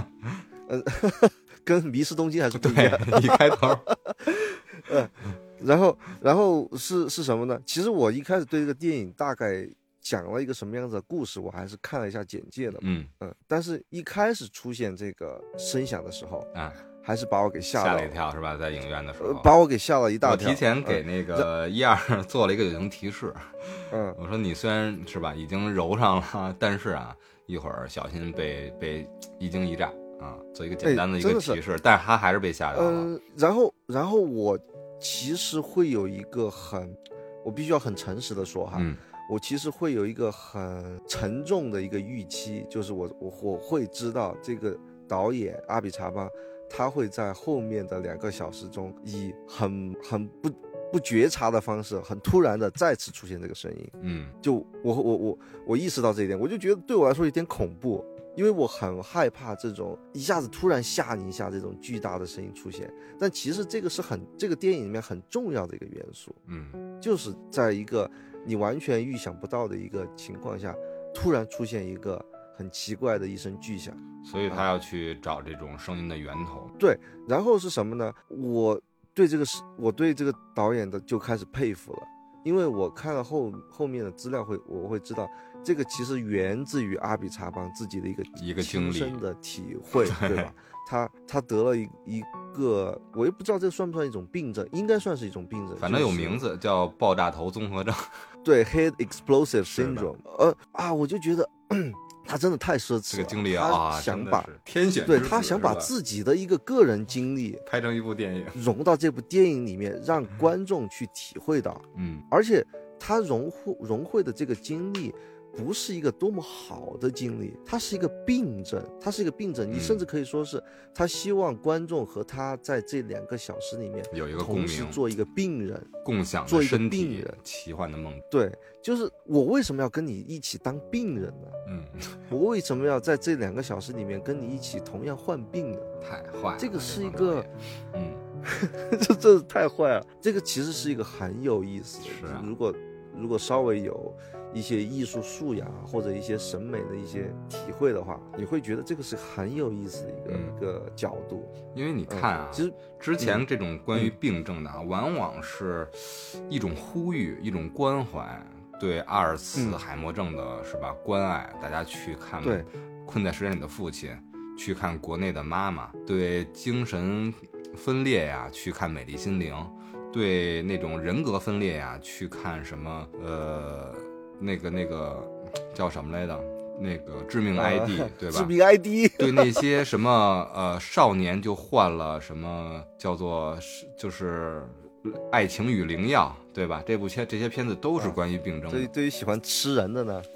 跟《迷失东京》还是不一样。 对，一开头。 然后是什么呢？其实我一开始对这个电影大概讲了一个什么样子的故事，我还是看了一下简介的。但是一开始出现这个声响的时候， 还是把我给吓了一跳是吧？在影院的时候， 把我给吓了一大跳。 我提前给那个1、2做了一个友情提示，我说你虽然是吧已经揉上了，但是啊一会儿小心被一惊一乍啊，做一个简单的一个提示，但是他还是被吓到了。 然后我其实会有一个我必须要很诚实的说哈。我其实会有一个很沉重的一个预期，就是我会知道这个导演阿比查邦他会在后面的2个小时中以很不觉察的方式，很突然的再次出现这个声音。就我意识到这一点，我就觉得对我来说有点恐怖，因为我很害怕这种一下子突然吓你一下这种巨大的声音出现。但其实这个是这个电影里面很重要的一个元素。就是在一个你完全预想不到的一个情况下，突然出现一个很奇怪的一声巨响， 所以他要去找这种声音的源头。 对，然后是什么呢？我对这个导演的就开始佩服了，因为我看了后面的资料我会知道，这个其实源自于阿比查邦自己的一个亲身的体会，对吧？他得了一个，我也不知道这算不算一种病症，应该算是一种病症， 反正有名字叫爆炸头综合症。 对 ，Head Explosive Syndrome。我就觉得他真的太奢侈了， 这个经历他想把天选之子， 对，他想把自己的一个个人经历拍成一部电影， 融到这部电影里面，让观众去体会到。而且他融汇的这个经历不是一个多么好的经历，它是一个病症，你甚至可以说是他希望观众和他在这2个小时里面有一个共鸣， 同时做一个病人， 共享做一个身体病人， 奇幻的梦。 对，就是我为什么要跟你一起当病人呢？我为什么要在这2个小时里面跟你一起同样患病呢？ 太坏了， 这个是一个，这太坏了。这个其实是一个很有意思的，如果稍微有一些艺术素养或者一些审美的一些体会的话，你会觉得这个是很有意思的一个角度。 因为你看啊， 其实之前这种关于病症的往往是一种呼吁，一种关怀，对阿尔茨海默症的是吧关爱，大家去看《困在时间里的父亲》，去看国内的妈妈，对精神分裂呀去看《美丽心灵》，对那种人格分裂呀去看什么那个叫什么来着？那个致命 ID，对吧？ 致命 ID， 对那些什么少年就患了什么叫做就是爱情与灵药，对吧？这些片子都是关于病症的。 对于喜欢吃人的呢，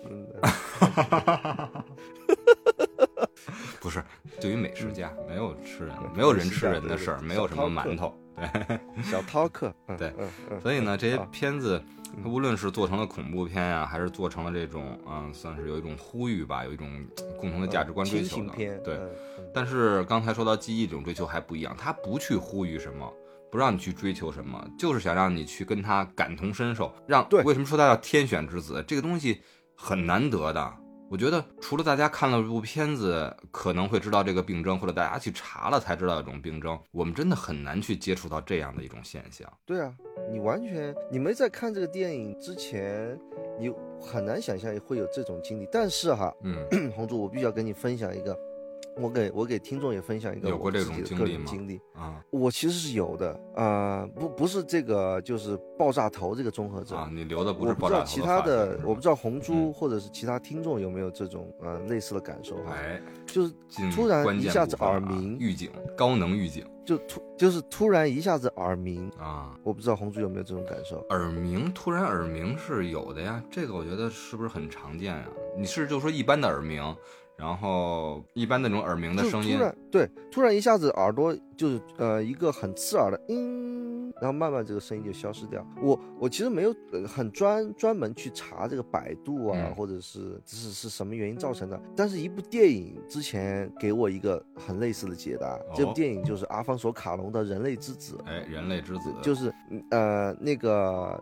不是，对于美食家没有吃人，没有人吃人的事儿，没有什么馒头，对， 小饕客， 对，所以呢，这些片子。无论是做成了恐怖片啊，还是做成了这种算是有一种呼吁吧，有一种共同的价值观追求的，对。但是刚才说到记忆这种追求还不一样，他不去呼吁什么，不让你去追求什么，就是想让你去跟他感同身受。为什么说他叫天选之子？这个东西很难得的。我觉得除了大家看了这部片子可能会知道这个病症，或者大家去查了才知道这种病症，我们真的很难去接触到这样的一种现象。 对啊，你没在看这个电影之前，你很难想象会有这种经历。但是哈，红珠，我必须要跟你分享一个，我给听众也分享一个有过这种经历啊， 我其实是有的，不是这个就是爆炸头这个综合症啊，你留的不是爆炸头的。 我不知道其他的，我不知道红珠或者是其他听众有没有这种类似的感受哈，就是突然一下子耳鸣， 预警，高能预警， 就是突然一下子耳鸣啊， 我不知道红珠有没有这种感受？ 突然耳鸣是有的呀，这个我觉得是不是很常见呀？你是就说一般的耳鸣？然后一般那种耳鸣的声音， 突然一下子耳朵就是一个很刺耳的然后慢慢这个声音就消失掉。我其实没有很专门去查这个百度啊，或者是什么原因造成的。但是一部电影之前给我一个很类似的解答，这部电影就是阿方索卡隆的《人类之子》。 人类之子就是那个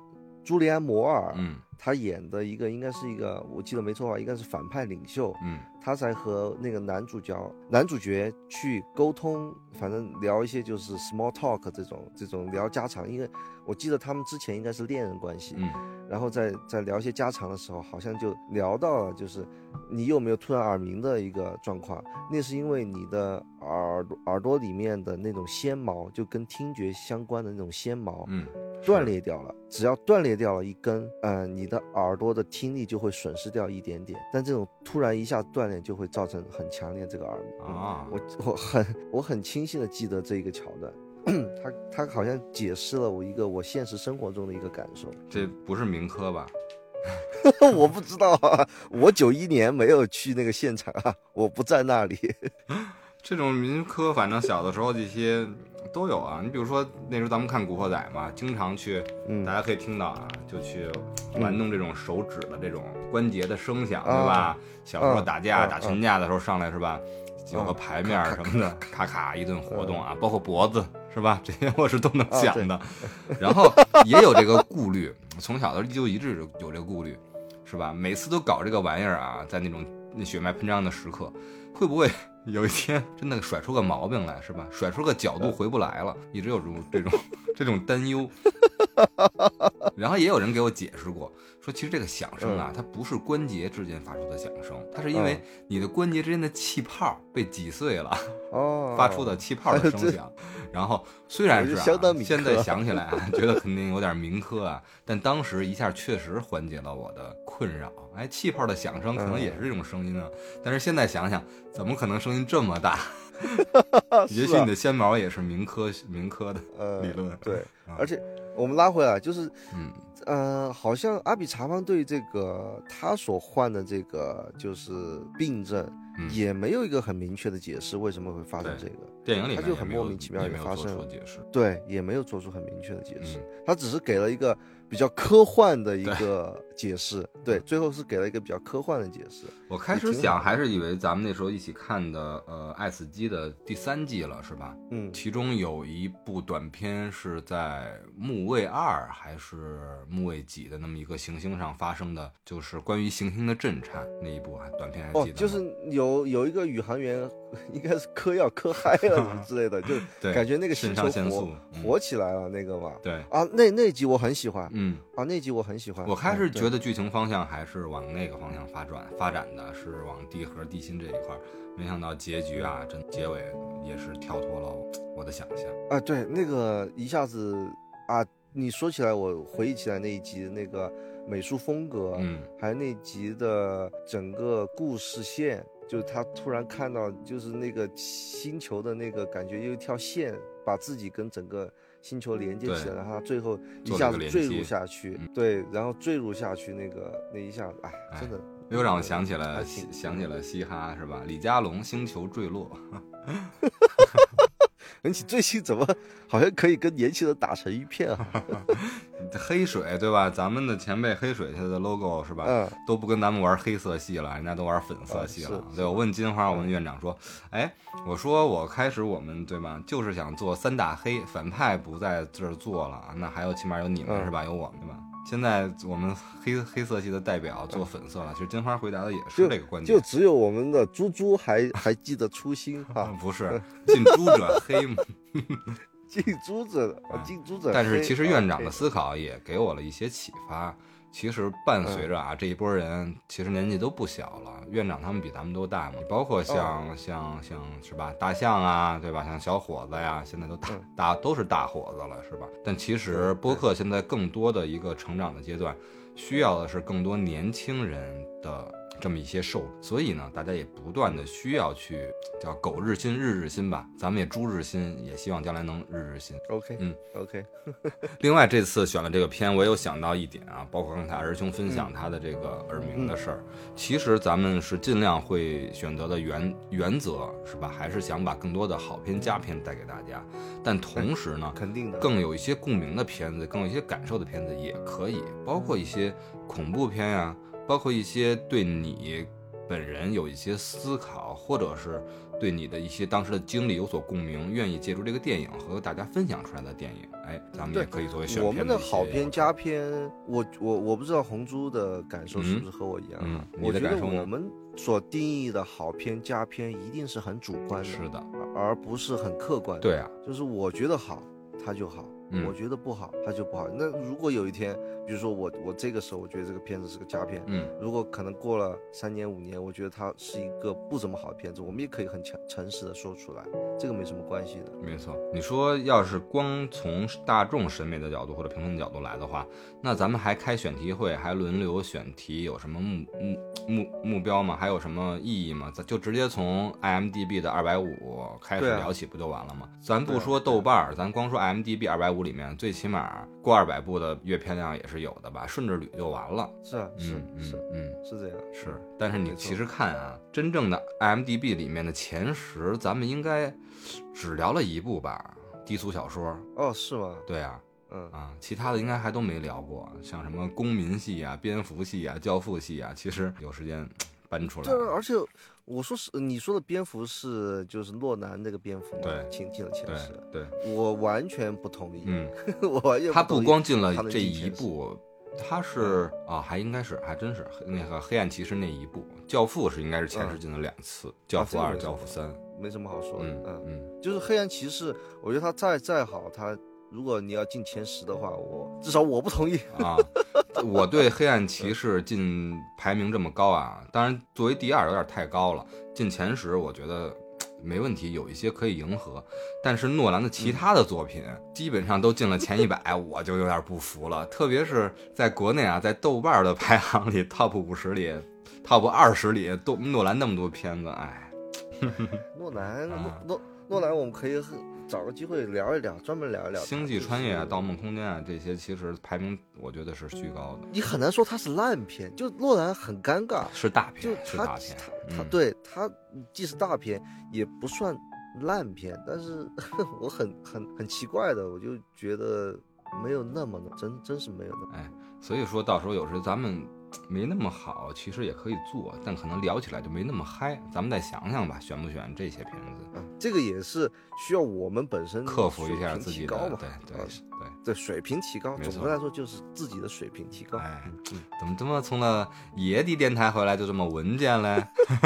朱利安·摩尔， 嗯他演的一个应该是一个，我记得没错的话，应该是反派领袖，他才和那个男主角去沟通，反正聊一些就是 small talk 这种聊家常，因为我记得他们之前应该是恋人关系，然后在聊一些家常的时候，好像就聊到了就是你有没有突然耳鸣的一个状况，那是因为你的耳朵里面的那种纤毛，就跟听觉相关的那种纤毛，断裂掉了，只要断裂掉了一根，你的耳朵的听力就会损失掉一点点，但这种突然一下断裂就会造成很强烈这个耳鸣啊。我很清晰的记得这一个桥段。他好像解释了我现实生活中的一个感受。 这不是民科吧？ 我不知道啊，我91年没有去那个现场啊，我不在那里。 这种民科反正小的时候这些都有啊。你比如说那时候咱们看《古惑仔》嘛，经常去，大家可以听到啊，就去玩弄这种手指的这种关节的声响，对吧？小时候打架打群架的时候上来是吧？有个牌面什么的，咔咔一顿活动啊，包括脖子是吧？这些我是都能想的。然后也有这个顾虑，从小的就一直有这个顾虑，是吧？每次都搞这个玩意儿啊，在那种血脉喷张的时刻，会不会有一天真的甩出个毛病来，是吧？甩出个角度回不来了，一直有这种担忧。然后也有人给我解释过，说其实这个响声啊，它不是关节之间发出的响声，它是因为你的关节之间的气泡被挤碎了，发出的气泡的声响。然后虽然是现在想起来啊，觉得肯定有点民科啊，但当时一下确实缓解了我的困扰。哎，气泡的响声可能也是这种声音啊，但是现在想想，怎么可能声音这么大？也许你的纤毛也是民科的理论。 对，而且我们拉回来就是，好像阿比查邦对这个他所患的这个就是病症，也没有一个很明确的解释，为什么会发生这个？ 电影里面他就很莫名其妙也发生了解释， 对，也没有做出很明确的解释，他只是给了一个比较科幻的一个解释，对，最后是给了一个比较科幻的解释。 我开始想还是以为咱们那时候一起看的爱死机的第3季了，是吧？其中有一部短片是在木卫2还是木卫几的那么一个行星上发生的，就是关于行星的震颤那一部短片，还记得吗？ 就是有一个宇航员应该是嗑药嗑嗨了之类的，就感觉那个星球火起来了那个嘛。 对啊，那集我很喜欢，那集我很喜欢。 我开始觉得剧情方向还是往那个方向发展的，是往地核地心这一块，没想到结局啊，结尾也是跳脱了我的想象啊。对，那个一下子啊，你说起来，我回忆起来那一集的那个美术风格，还有那集的整个故事线。就是他突然看到，就是那个星球的那个感觉，有一条线把自己跟整个星球连接起来，然后他最后一下子坠入下去，对，然后坠入下去那一下子，哎，真的又让我想起了嘻哈，是吧？李佳隆星球坠落。 你最近怎么好像可以跟年轻人打成一片啊？ 黑水对吧？咱们的前辈黑水他的 logo 是吧？都不跟咱们玩黑色系了，人家都玩粉色系了。对，我问金花，我问院长说，哎，我说我开始我们对吧，就是想做3大黑，反派不在这儿做了，那还有起码有你们是吧？有我们对吧？现在我们黑色系的代表做粉色了，其实金花回答的也是这个观点， 就只有我们的猪还记得初心哈。 不是近朱者黑嘛。 近朱者黑。 但是其实院长的思考也给我了一些启发。其实伴随着这一波人，其实年纪都不小了。院长他们比咱们都大嘛，包括像是吧，大象啊，对吧？像小伙子呀，现在都是大伙子了，是吧？但其实播客现在更多的一个成长的阶段，需要的是更多年轻人的这么一些受，所以呢，大家也不断的需要去叫狗日新日日新吧，咱们也猪日新，也希望将来能日日新。 OK。 另外这次选了这个片，我有想到一点啊，包括刚才儿兄分享他的这个耳鸣的事儿，其实咱们是尽量会选择的原则是吧，还是想把更多的好片佳片带给大家，但同时呢， 肯定的， 更有一些共鸣的片子，更有一些感受的片子也可以，包括一些恐怖片呀。包括一些对你本人有一些思考，或者是对你的一些当时的经历有所共鸣，愿意借助这个电影和大家分享出来的电影，哎，咱们也可以作为选片的我们的好片佳片，我不知道红猪的感受是不是和我一样啊？ 你的感受呢？ 我觉得我们所定义的好片佳片一定是很主观的， 是的， 而不是很客观的。 对啊， 就是我觉得好，它就好。我觉得不好，它就不好。那如果有一天，比如说我这个时候我觉得这个片子是个佳片，如果可能过了3年5年，我觉得它是一个不怎么好的片子，我们也可以很诚实的说出来，这个没什么关系的。 没错，你说要是光从大众审美的角度或者评分的角度来的话，那咱们还开选题会，还轮流选题，有什么目标吗？还有什么意义吗？咱就直接从 IMDB 的250开始聊起不就完了吗？咱不说豆瓣，咱光说 IMDB 250里面，最起码过200部的阅片量也是有的吧，顺着捋就完了。 是啊，是这样。 是，但是你其实看啊，真正的 IMDB 里面的前10，咱们应该只聊了1部吧，低俗小说。 哦，是吗？ 对啊。其他的应该还都没聊过，像什么公民系啊、蝙蝠系啊、教父系啊，其实有时间搬出来。 对，而且我说是你说的蝙蝠是就是诺兰这个蝙蝠嘛， 对， 进了前10。 对， 我完全不同意。我完全不同意。 他不光进了这一部，他是还应该是还真是那个黑暗骑士那一部，教父是应该是前10进了2次，教父2、教父3， 没什么好说的。就是黑暗骑士，我觉得他再好，他如果你要进前10的话，至少我不同意啊。我对黑暗骑士进排名这么高啊，当然作为第2有点太高了，进前10我觉得没问题，有一些可以迎合。但是诺兰的其他的作品基本上都进了前100，我就有点不服了。特别是在国内啊，在豆瓣的排行里 ，Top 50里、Top 20里，都诺兰那么多片子，哎。 诺兰，我们可以找个机会聊一聊，专门聊一聊。 星际穿越啊、盗梦空间啊，这些其实排名我觉得是虚高的。 你很难说它是烂片，就诺兰很尴尬， 是大片， 就是大片。 他对他既是大片，也不算烂片，但是我很奇怪的，我就觉得没有那么真是没有那么。 哎，所以说到时候有时咱们没那么好，其实也可以做，但可能聊起来就没那么嗨。咱们再想想吧，选不选这些片子？ 这个也是需要我们本身克服一下自己的对水平提高。总的来说就是自己的水平提高。 哎，怎么这么从了野地电台回来就这么文件嘞？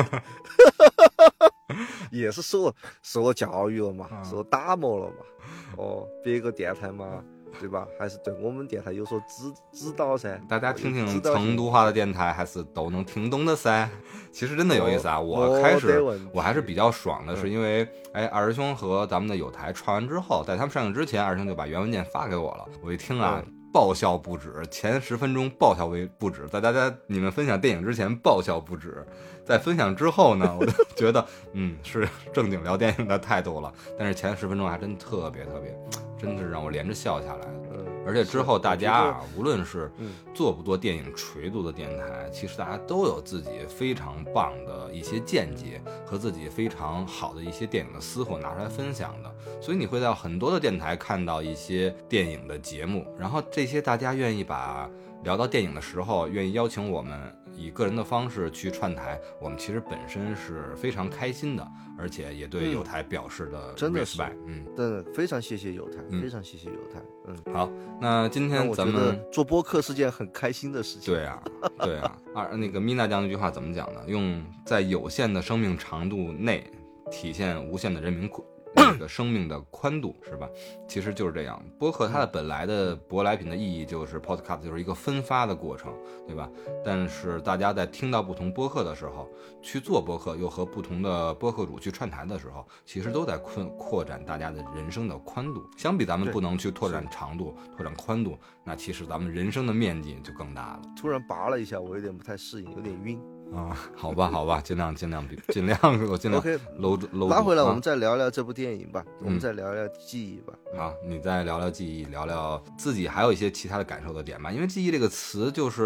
也是受了教育了嘛，受了打磨了嘛。别个电台嘛。对吧？还是对我们电台有所指导噻。 大家听听成都话的电台，还是都能听懂的噻。其实真的有意思啊！我还是比较爽的，是因为二师兄和咱们的有台传完之后，在他们上映之前，二师兄就把原文件发给我了。我一听啊，爆笑不止，前10分钟爆笑不止，在你们分享电影之前爆笑不止，在分享之后呢，我就觉得是正经聊电影的态度了。但是前10分钟还真特别。真是让我连着笑下来。而且之后大家啊，无论是做不做电影垂度的电台，其实大家都有自己非常棒的一些见解和自己非常好的一些电影的私货拿出来分享的。所以你会在很多的电台看到一些电影的节目，然后这些大家愿意把聊到电影的时候，愿意邀请我们以个人的方式去串台，我们其实本身是非常开心的，而且也对有台表示的 respect。 真的是，真的非常谢谢有台，非常谢谢有台。 好，那今天咱们做播客是件很开心的事情。 对啊。那个米娜讲那句话怎么讲呢？用在有限的生命长度内体现无限的那个生命的宽度，是吧？其实就是这样。播客它的本来的舶来品的意义就是 podcast 就是一个分发的过程，对吧？但是大家在听到不同播客的时候，去做播客又和不同的播客主去串台的时候，其实都在扩展大家的人生的宽度。相比咱们不能去拓展长度、拓展宽度，那其实咱们人生的面积就更大了。 突然拔了一下，我有点不太适应，有点晕。 好吧，尽量 OK， 搂拉回来，我们再聊聊这部电影吧，我们再聊聊记忆吧。 好，你再聊聊记忆，聊聊自己还有一些其他的感受的点吧。因为记忆这个词就是，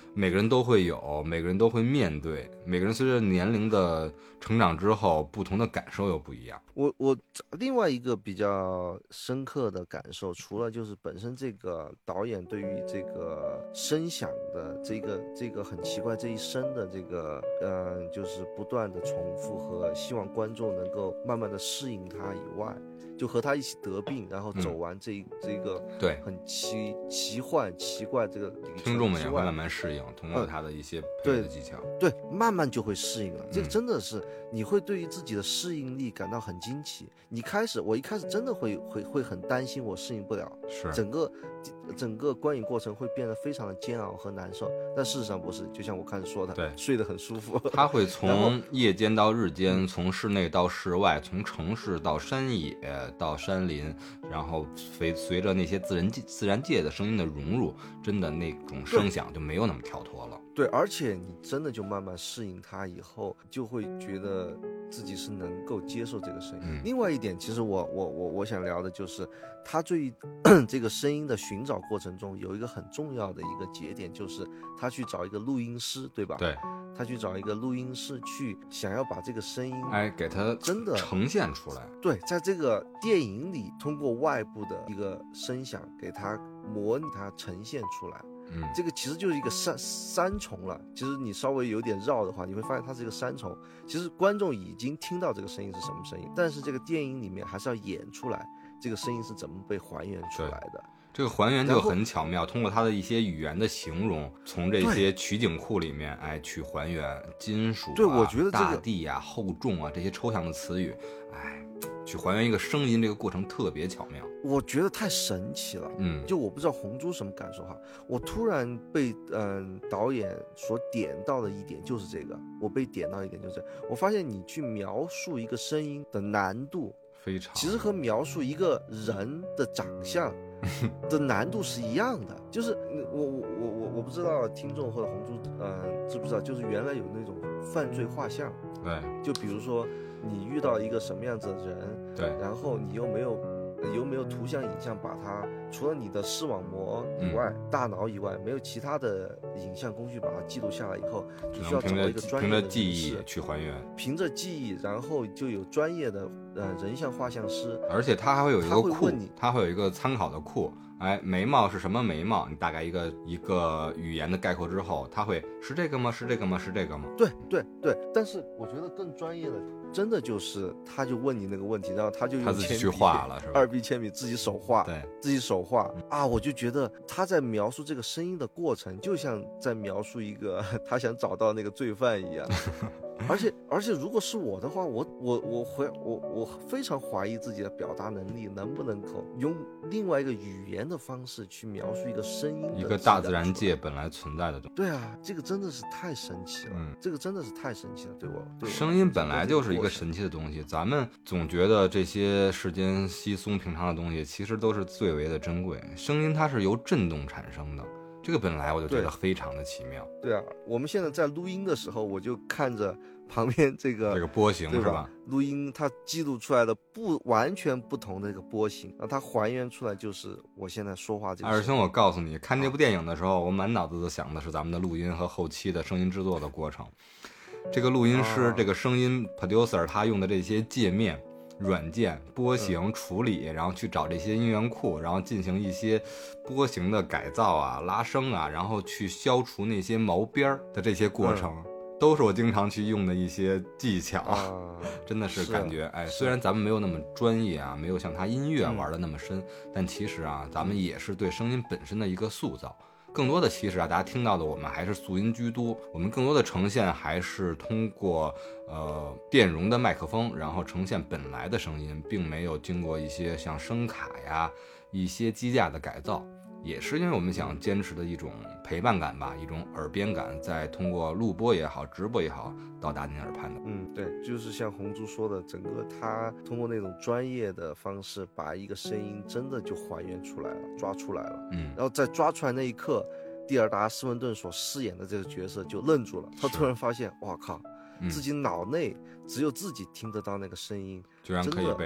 每个人都会有，每个人都会面对，每个人随着年龄的成长之后，不同的感受又不一样。 我另外一个比较深刻的感受，除了就是本身这个导演对于这个声响的这个很奇怪这一声的这个就是不断的重复和希望观众能够慢慢的适应它以外，就和他一起得病，然后走完这个对很奇幻奇怪这个旅程， 听众们也会慢慢适应，通过他的一些配乐的技巧， 对，慢慢就会适应了。这个真的是你会对于自己的适应力感到很惊奇。我一开始真的会很担心我适应不了， 是整个观影过程会变得非常的煎熬和难受。但事实上不是，就像我开始说的， 对， 睡得很舒服。 它会从夜间到日间，从室内到室外，从城市到山野到山林，然后随着那些自然界的声音的融入，真的那种声响就没有那么跳脱了。 对，而且你真的就慢慢适应它以后，就会觉得自己是能够接受这个声音。另外一点，其实我想聊的就是他对这个声音的寻找过程中有一个很重要的一个节点，就是他去找一个录音师，对吧？ 对， 他去找一个录音师去想要把这个声音给他真的呈现出来。 对，在这个电影里通过外部的一个声响给他模拟它呈现出来。这个其实就是一个三重了。其实你稍微有点绕的话，你会发现它是一个三重。其实观众已经听到这个声音是什么声音，但是这个电影里面还是要演出来这个声音是怎么被还原出来的。 这个还原就很巧妙，通过它的一些语言的形容，从这些取景库里面去还原金属对，我觉得大地厚重这些抽象的词语，去还原一个声音，这个过程特别巧妙。 我觉得太神奇了。就我不知道红猪什么感受哈。我突然被导演所点到的一点就是这个，我被点到一点就是这个，我发现你去描述一个声音的难度非常， 其实和描述一个人的长相的难度是一样的。就是我不知道听众或者红猪知不知道，就是原来有那种犯罪画像， 对， 就比如说你遇到一个什么样子的人， 对， 然后你又没有图像影像把它，除了你的视网膜以外，大脑以外，没有其他的影像工具把它记录下来以后，你需要找一个专业的凭着记忆去还原， 凭着记忆，然后就有专业的人像画像师， 而且他还会有一个库，他会有一个参考的库。眉毛是什么眉毛？你大概一个语言的概括之后，他会是这个吗？是这个吗？是这个吗？ 对。但是我觉得更专业的，真的就是他就问你那个问题，然后他就用他自己去画了，是吧 ？2B 铅笔自己手画， 对， 自己手画啊！我就觉得他在描述这个声音的过程，就像在描述一个他想找到那个罪犯一样。而且，如果是我的话，我非常怀疑自己的表达能力能不能够用另外一个语言的方式去描述一个声音的一个大自然界本来存在的东西。 对啊，这个真的是太神奇了。这个真的是太神奇了，对我声音本来就是一个神奇的东西。咱们总觉得这些世间稀松平常的东西，其实都是最为的珍贵。声音它是由震动产生的。这个本来我就觉得非常的奇妙。 对啊，我们现在在录音的时候，我就看着旁边这个波形是吧？ 录音它记录出来的完全不同的这个波形，然后它还原出来就是我现在说话这个。 二兄，我告诉你，看这部电影的时候，我满脑子都想的是咱们的录音和后期的声音制作的过程。这个录音师，这个声音 producer 他用的这些界面。软件波形处理，然后去找这些音源库，然后进行一些波形的改造拉升然后去消除那些毛边的这些过程，都是我经常去用的一些技巧。真的是感觉虽然咱们没有那么专业没有像他音乐玩的那么深，但其实咱们也是对声音本身的一个塑造。更多的其实大家听到的我们还是素音居多，我们更多的呈现还是通过电容的麦克风，然后呈现本来的声音，并没有经过一些像声卡一些机架的改造。也是因为我们想坚持的一种陪伴感吧，一种耳边感，再通过录播也好，直播也好，到达您耳畔的。 对，就是像红猪说的，整个他通过那种专业的方式，把一个声音真的就还原出来了，抓出来了。然后在抓出来那一刻，蒂尔达·斯文顿所饰演的这个角色就愣住了，他突然发现，哇靠，自己脑内只有自己听得到那个声音， 居然可以被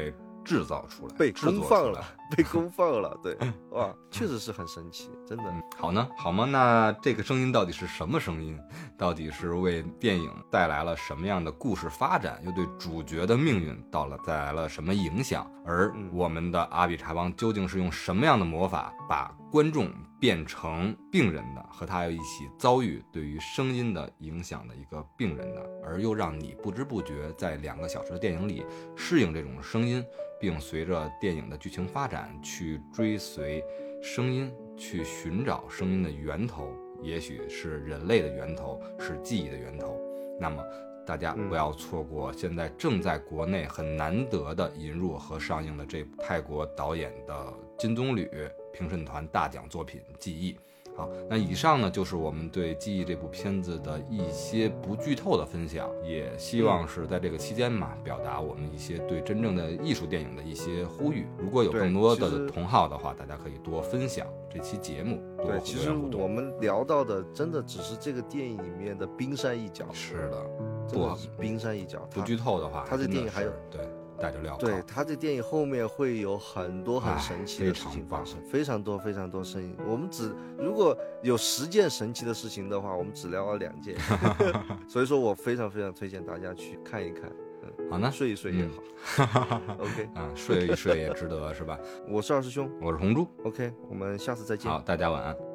制造出来， 被制作公放出来了，被公放了，对，哇，确实是很神奇，真的。 好呢，好吗？那这个声音到底是什么声音？到底是为电影带来了什么样的故事发展？又对主角的命运带来了什么影响？而我们的阿比查邦究竟是用什么样的魔法把观众变成病人的，和他一起遭遇对于声音的影响的一个病人的，而又让你不知不觉在2个小时的电影里适应这种声音，并随着电影的剧情发展去追随声音，去寻找声音的源头，也许是人类的源头，是记忆的源头。那么大家不要错过现在正在国内很难得的引入和上映的这部泰国导演的金棕榈评审团大奖作品《记忆》。好，那以上呢就是我们对《记忆》这部片子的一些不剧透的分享，也希望是在这个期间嘛，表达我们一些对真正的艺术电影的一些呼吁。如果有更多的同好的话，大家可以多分享这期节目，多对，其实我们聊到的真的只是这个电影里面的冰山一角。 是的， 真的是冰山一角。 不剧透的话， 它这电影还有对。带着料， 对，他这电影后面会有很多很神奇的事情发生，非常多非常多声音。我们如果有10件神奇的事情的话，我们只聊了2件，所以说我非常非常推荐大家去看一看。 好呢， 睡一睡也好。OK， 睡一睡也值得是吧？ 我是二师兄， 我是红猪。 OK， 我们下次再见。 好，大家晚安。